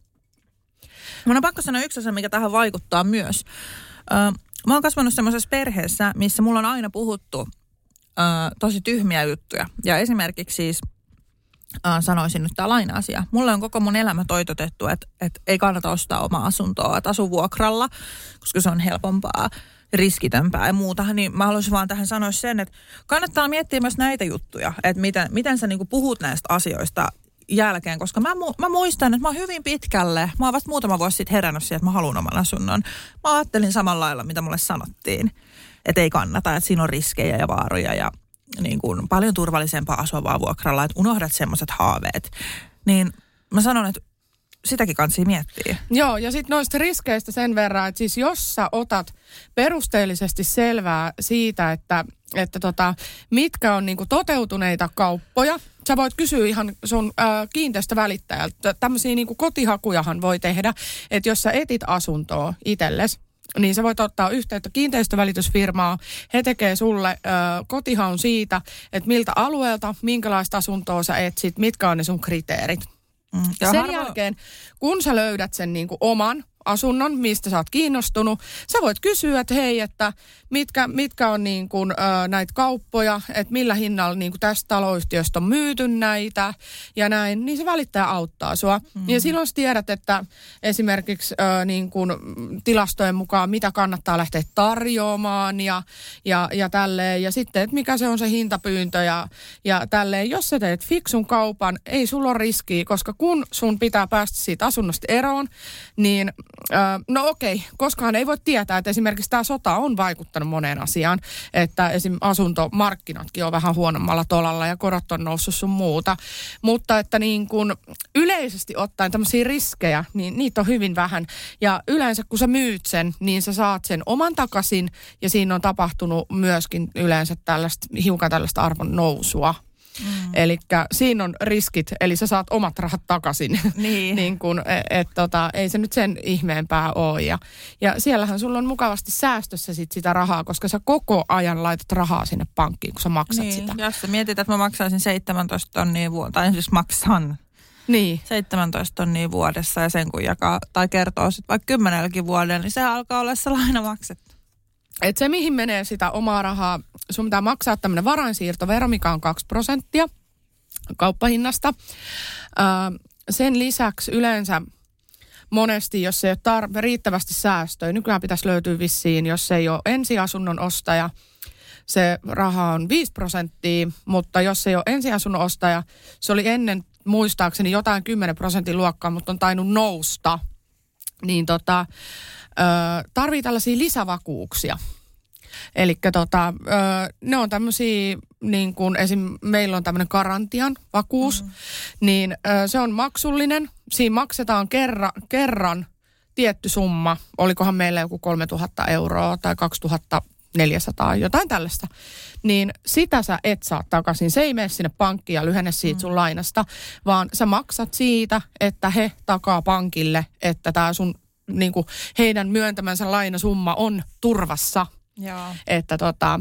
Mun on pakko sanoa yksi asia, mikä tähän vaikuttaa myös. Ö, mä oon kasvanut semmoisessa perheessä, missä mulla on aina puhuttu ö, tosi tyhmiä juttuja. Ja esimerkiksi siis äh, sanoisin nyt tämä laina-asia. Mulle on koko mun elämä toitotettu, että, että ei kannata ostaa omaa asuntoa, että asu vuokralla, koska se on helpompaa, riskitömpää ja muuta. Niin mä haluaisin vaan tähän sanoa sen, että kannattaa miettiä myös näitä juttuja, että miten, miten sä niinku puhut näistä asioista jälkeen, koska mä, mä muistan, että mä oon hyvin pitkälle, mä oon vasta muutama vuosi sitten herännyt siihen, että mä haluan oman asunnon. Mä ajattelin samalla lailla, mitä mulle sanottiin, että ei kannata, että siinä on riskejä ja vaaroja ja niin kuin paljon turvallisempaa asua vaan vuokralla, että unohdat semmoiset haaveet. Niin mä sanon, että sitäkin kansi miettiä. Joo, ja sitten noista riskeistä sen verran, että siis jos sä otat perusteellisesti selvää siitä, että, että tota, mitkä on niinku toteutuneita kauppoja, sä voit kysyä ihan sun äh, kiinteistövälittäjältä. Tämmöisiä niinku kotihakujahan voi tehdä, että jos sä etit asuntoa itsellesi, niin sä voit ottaa yhteyttä kiinteistövälitysfirmaa. He tekee sulle ö, kotihaun siitä, että miltä alueelta, minkälaista asuntoa sä etsit, mitkä on ne sun kriteerit. Mm. Sen harvo... jälkeen, kun sä löydät sen niin kuin oman asunnon, mistä sä oot kiinnostunut, sä voit kysyä, että hei, että mitkä, mitkä on niin kuin, ö, näitä kauppoja, että millä hinnalla niin kuin tästä taloyhtiöstä on myyty näitä ja näin, niin se välittäjä auttaa sua. Mm. Ja silloin sä tiedät, että esimerkiksi ö, niin kuin tilastojen mukaan, mitä kannattaa lähteä tarjoamaan ja, ja, ja tälleen. Ja sitten, että mikä se on se hintapyyntö ja, ja tälleen. Jos sä teet fiksun kaupan, ei sulla ole riskiä, koska kun sun pitää päästä siitä asunnosta eroon, niin no okei, koskaan ei voi tietää, että esimerkiksi tämä sota on vaikuttanut moneen asiaan, että esim. Asuntomarkkinatkin on vähän huonommalla tolalla ja korot on noussut sun muuta, mutta että niin kuin yleisesti ottaen tämmöisiä riskejä, niin niitä on hyvin vähän ja yleensä kun sä myyt sen, niin sä saat sen oman takaisin ja siinä on tapahtunut myöskin yleensä tällaista, hiukan tällaista arvon nousua. Mm. Eli siinä on riskit, eli sä saat omat rahat takaisin. Niin. niin kun, et, tota, ei se nyt sen ihmeempää ole. Ja, ja siellähän sulla on mukavasti säästössä sit sitä rahaa, koska sä koko ajan laitat rahaa sinne pankkiin, kun sä maksat niin. sitä. Jos sä mietit, että mä maksaisin seitsemäntoista tonnia vuodessa, tai siis maksan niin. seitsemäntoista tonnia vuodessa ja sen kun jakaa, tai kertoo sitten vaikka kymmenelläkin vuodella, niin se alkaa olla se laina maksettu. Et se, mihin menee sitä omaa rahaa, sun pitää maksaa tämmöinen varainsiirtovero, mikä on kaksi prosenttia kauppahinnasta. Ää, sen lisäksi yleensä monesti, jos ei ole tar- riittävästi säästöjä, nykyään pitäisi löytyä vissiin, jos ei ole ensiasunnon ostaja, se raha on viisi prosenttia, mutta jos ei ole ensiasunnon ostaja, se oli ennen muistaakseni jotain kymmenen prosentin luokkaa, mutta on tainnut nousta, niin tota... Öö, tarvii tällaisia lisävakuuksia. Eli tota, öö, ne on tämmöisiä, niin kuin esim. Meillä on tämmöinen Garantian vakuus, mm-hmm. niin öö, se on maksullinen. Siinä maksetaan kerran, kerran tietty summa. Olikohan meillä joku kolmetuhatta euroa tai kaksituhatta neljäsataa, jotain tällaista. Niin sitä sä et saa takaisin. Se ei mene sinne pankkiin ja lyhenne siitä sun lainasta, vaan sä maksat siitä, että he takaa pankille, että tämä sun niin kuin heidän myöntämänsä lainasumma on turvassa. Joo. Että tota,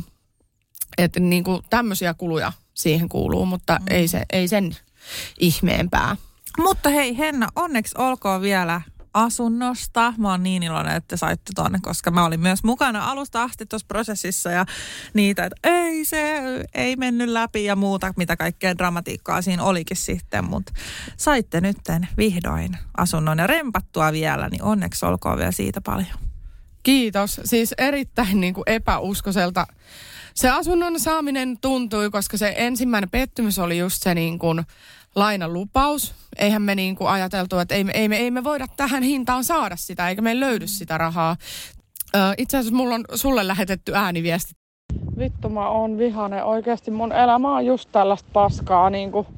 että niin kuin tämmöisiä kuluja siihen kuuluu, mutta mm. ei, se, ei sen ihmeempää. Mutta hei Henna, onneksi olkoon vielä asunnosta. Mä oon niin iloinen, että saitte tonne, koska mä olin myös mukana alusta asti tuossa prosessissa ja niitä, että ei se, ei mennyt läpi ja muuta, mitä kaikkea dramatiikkaa siinä olikin sitten, mutta saitte nytten vihdoin asunnon ja rempattua vielä, niin onneksi olkoon vielä siitä paljon. Kiitos. Siis erittäin niin kuin epäuskoiselta se asunnon saaminen tuntui, koska se ensimmäinen pettymys oli just se niin kuin lainalupaus. Eihän me niin kuin ajateltu, että ei me, ei, me, ei me voida tähän hintaan saada sitä, eikä meillä löydy sitä rahaa. Ö, itse asiassa mulla on sulle lähetetty ääniviesti. Vittu, mä oon vihainen. Oikeasti mun elämä on just tällaista paskaa. Niin kuin,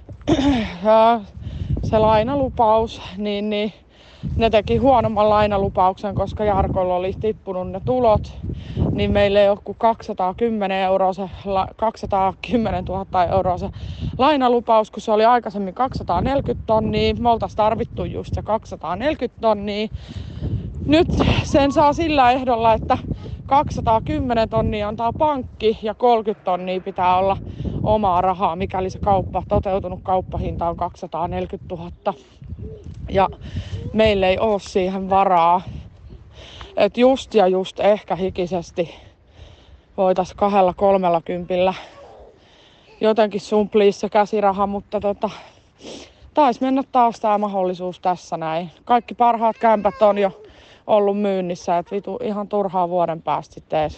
se lainalupaus, niin, niin ne teki huonomman lainalupauksen, koska Jarkolla oli tippunut ne tulot. Niin meille ei ole kuin kaksisataakymmenen euroa se, kaksisataakymmentätuhatta euroa se lainalupaus, kun se oli aikaisemmin kaksisataaneljäkymmentä tonnia. Me oltaisiin tarvittu just se kaksisataaneljäkymmentä tonnia. Nyt sen saa sillä ehdolla, että kaksisataakymmenen tonnia antaa pankki ja kolmekymmentä tonnia pitää olla omaa rahaa, mikäli se kauppa, toteutunut kauppahinta on kaksisataaneljäkymmentätuhatta. Ja meillä ei ole siihen varaa. Että just ja just ehkä hikisesti voitaisiin kahdella kolmella kympillä jotenkin sumplii se käsiraha, mutta tota, taisi mennä taas tämä mahdollisuus tässä näin. Kaikki parhaat kämpät on jo ollut myynnissä, että vitu ihan turhaa vuoden päästä sitten edes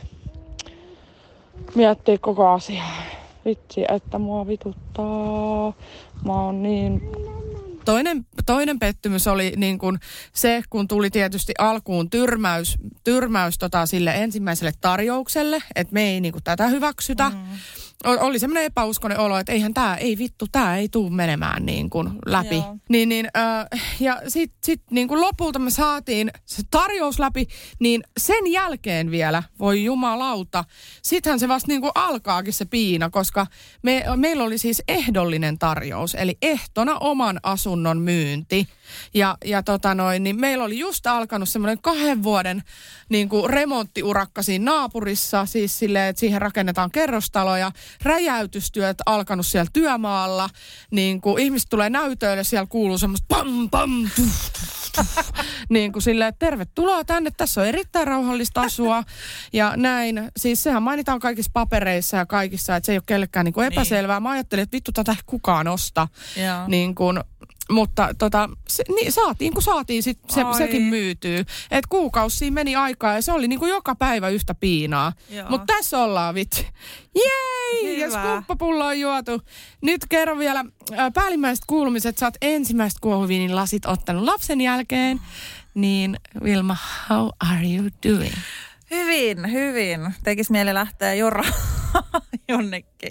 miettiä koko asiaa. Vitsi, että mua vituttaa. Mä oon niin... Toinen, toinen pettymys oli niin kuin se, kun tuli tietysti alkuun tyrmäys, tyrmäys tota sille ensimmäiselle tarjoukselle, että me ei niin kuin tätä hyväksytä. Mm. Oli semmoinen epäuskoinen olo, että eihän tämä, ei vittu, tämä ei tule menemään niin kuin läpi. Joo. Niin, niin, äh, ja sitten sit, niin kuin lopulta me saatiin se tarjous läpi, niin sen jälkeen vielä, voi jumalauta, sittenhän se vasta niin kuin alkaakin se piina, koska me, meillä oli siis ehdollinen tarjous, eli ehtona oman asunnon myynti. Ja, ja tota noin, niin meillä oli just alkanut semmoinen kahden vuoden niin kuin remonttiurakka siinä naapurissa, siis silleen, että siihen rakennetaan kerrostaloja, räjäytystyöt alkanut siellä työmaalla, niin kuin ihmiset tulee näytöille, siellä kuuluu semmoista pam pam, tuff, tuff, niin kuin silleen, että tervetuloa tänne, tässä on erittäin rauhallista asua ja näin. Siis sehän mainitaan kaikissa papereissa ja kaikissa, että se ei ole kellekään niin kuin epäselvää. Mä ajattelin, että vittu tätä kukaan osta, niin kuin, mutta tota, se, niin, saatiin kun saatiin, sit se, sekin myytyy. Että kuukausi siinä meni aikaa ja se oli niin kuin joka päivä yhtä piinaa. Mutta tässä ollaan vitsi. Jei! Ja skumppapullo on juotu. Nyt kerron vielä äh, päällimmäiset kuulumiset. Sä oot ensimmäiset kuohuviinin lasit ottanut lapsen jälkeen. Niin Vilma, how are you doing? Hyvin, hyvin. Tekis mieli lähteä joraan jonnekin.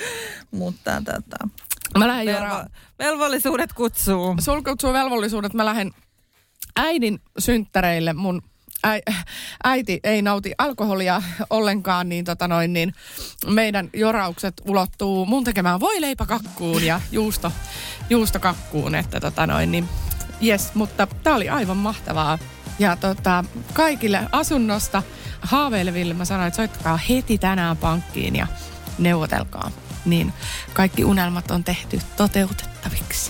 Mutta tota... Mä lähden Velvo- joraan. Velvollisuudet kutsuu. Sul kutsuu velvollisuudet. Mä lähden äidin synttäreille. Mun äi, äiti ei nauti alkoholia ollenkaan, niin, tota noin, niin meidän joraukset ulottuu mun tekemään voileipäkakkuun ja juusto, juustokakkuun. Että tota noin, niin jes, mutta tää oli aivan mahtavaa. Ja tota, kaikille asunnosta haaveileville mä sanoin, että soittakaa heti tänään pankkiin ja neuvotelkaa. Niin kaikki unelmat on tehty toteutettaviksi.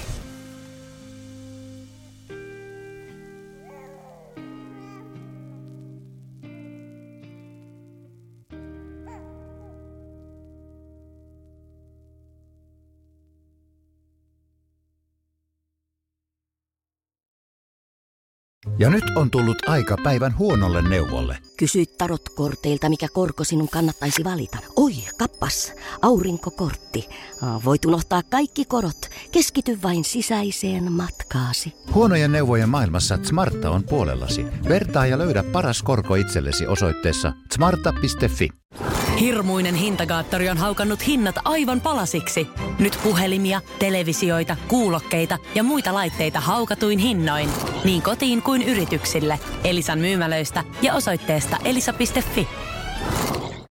Ja nyt on tullut aika päivän huonolle neuvolle. Kysy tarotkorteilta, mikä korko sinun kannattaisi valita. Oi, kappas, aurinkokortti. Voit unohtaa kaikki korot. Keskity vain sisäiseen matkaasi. Huonojen neuvojen maailmassa Smarta on puolellasi. Vertaa ja löydä paras korko itsellesi osoitteessa smarta piste fi. Hirmuinen hintakaattori on haukannut hinnat aivan palasiksi. Nyt puhelimia, televisioita, kuulokkeita ja muita laitteita haukatuin hinnoin. Niin kotiin kuin yrityksille. Elisan myymälöistä ja osoitteesta elisa piste fi.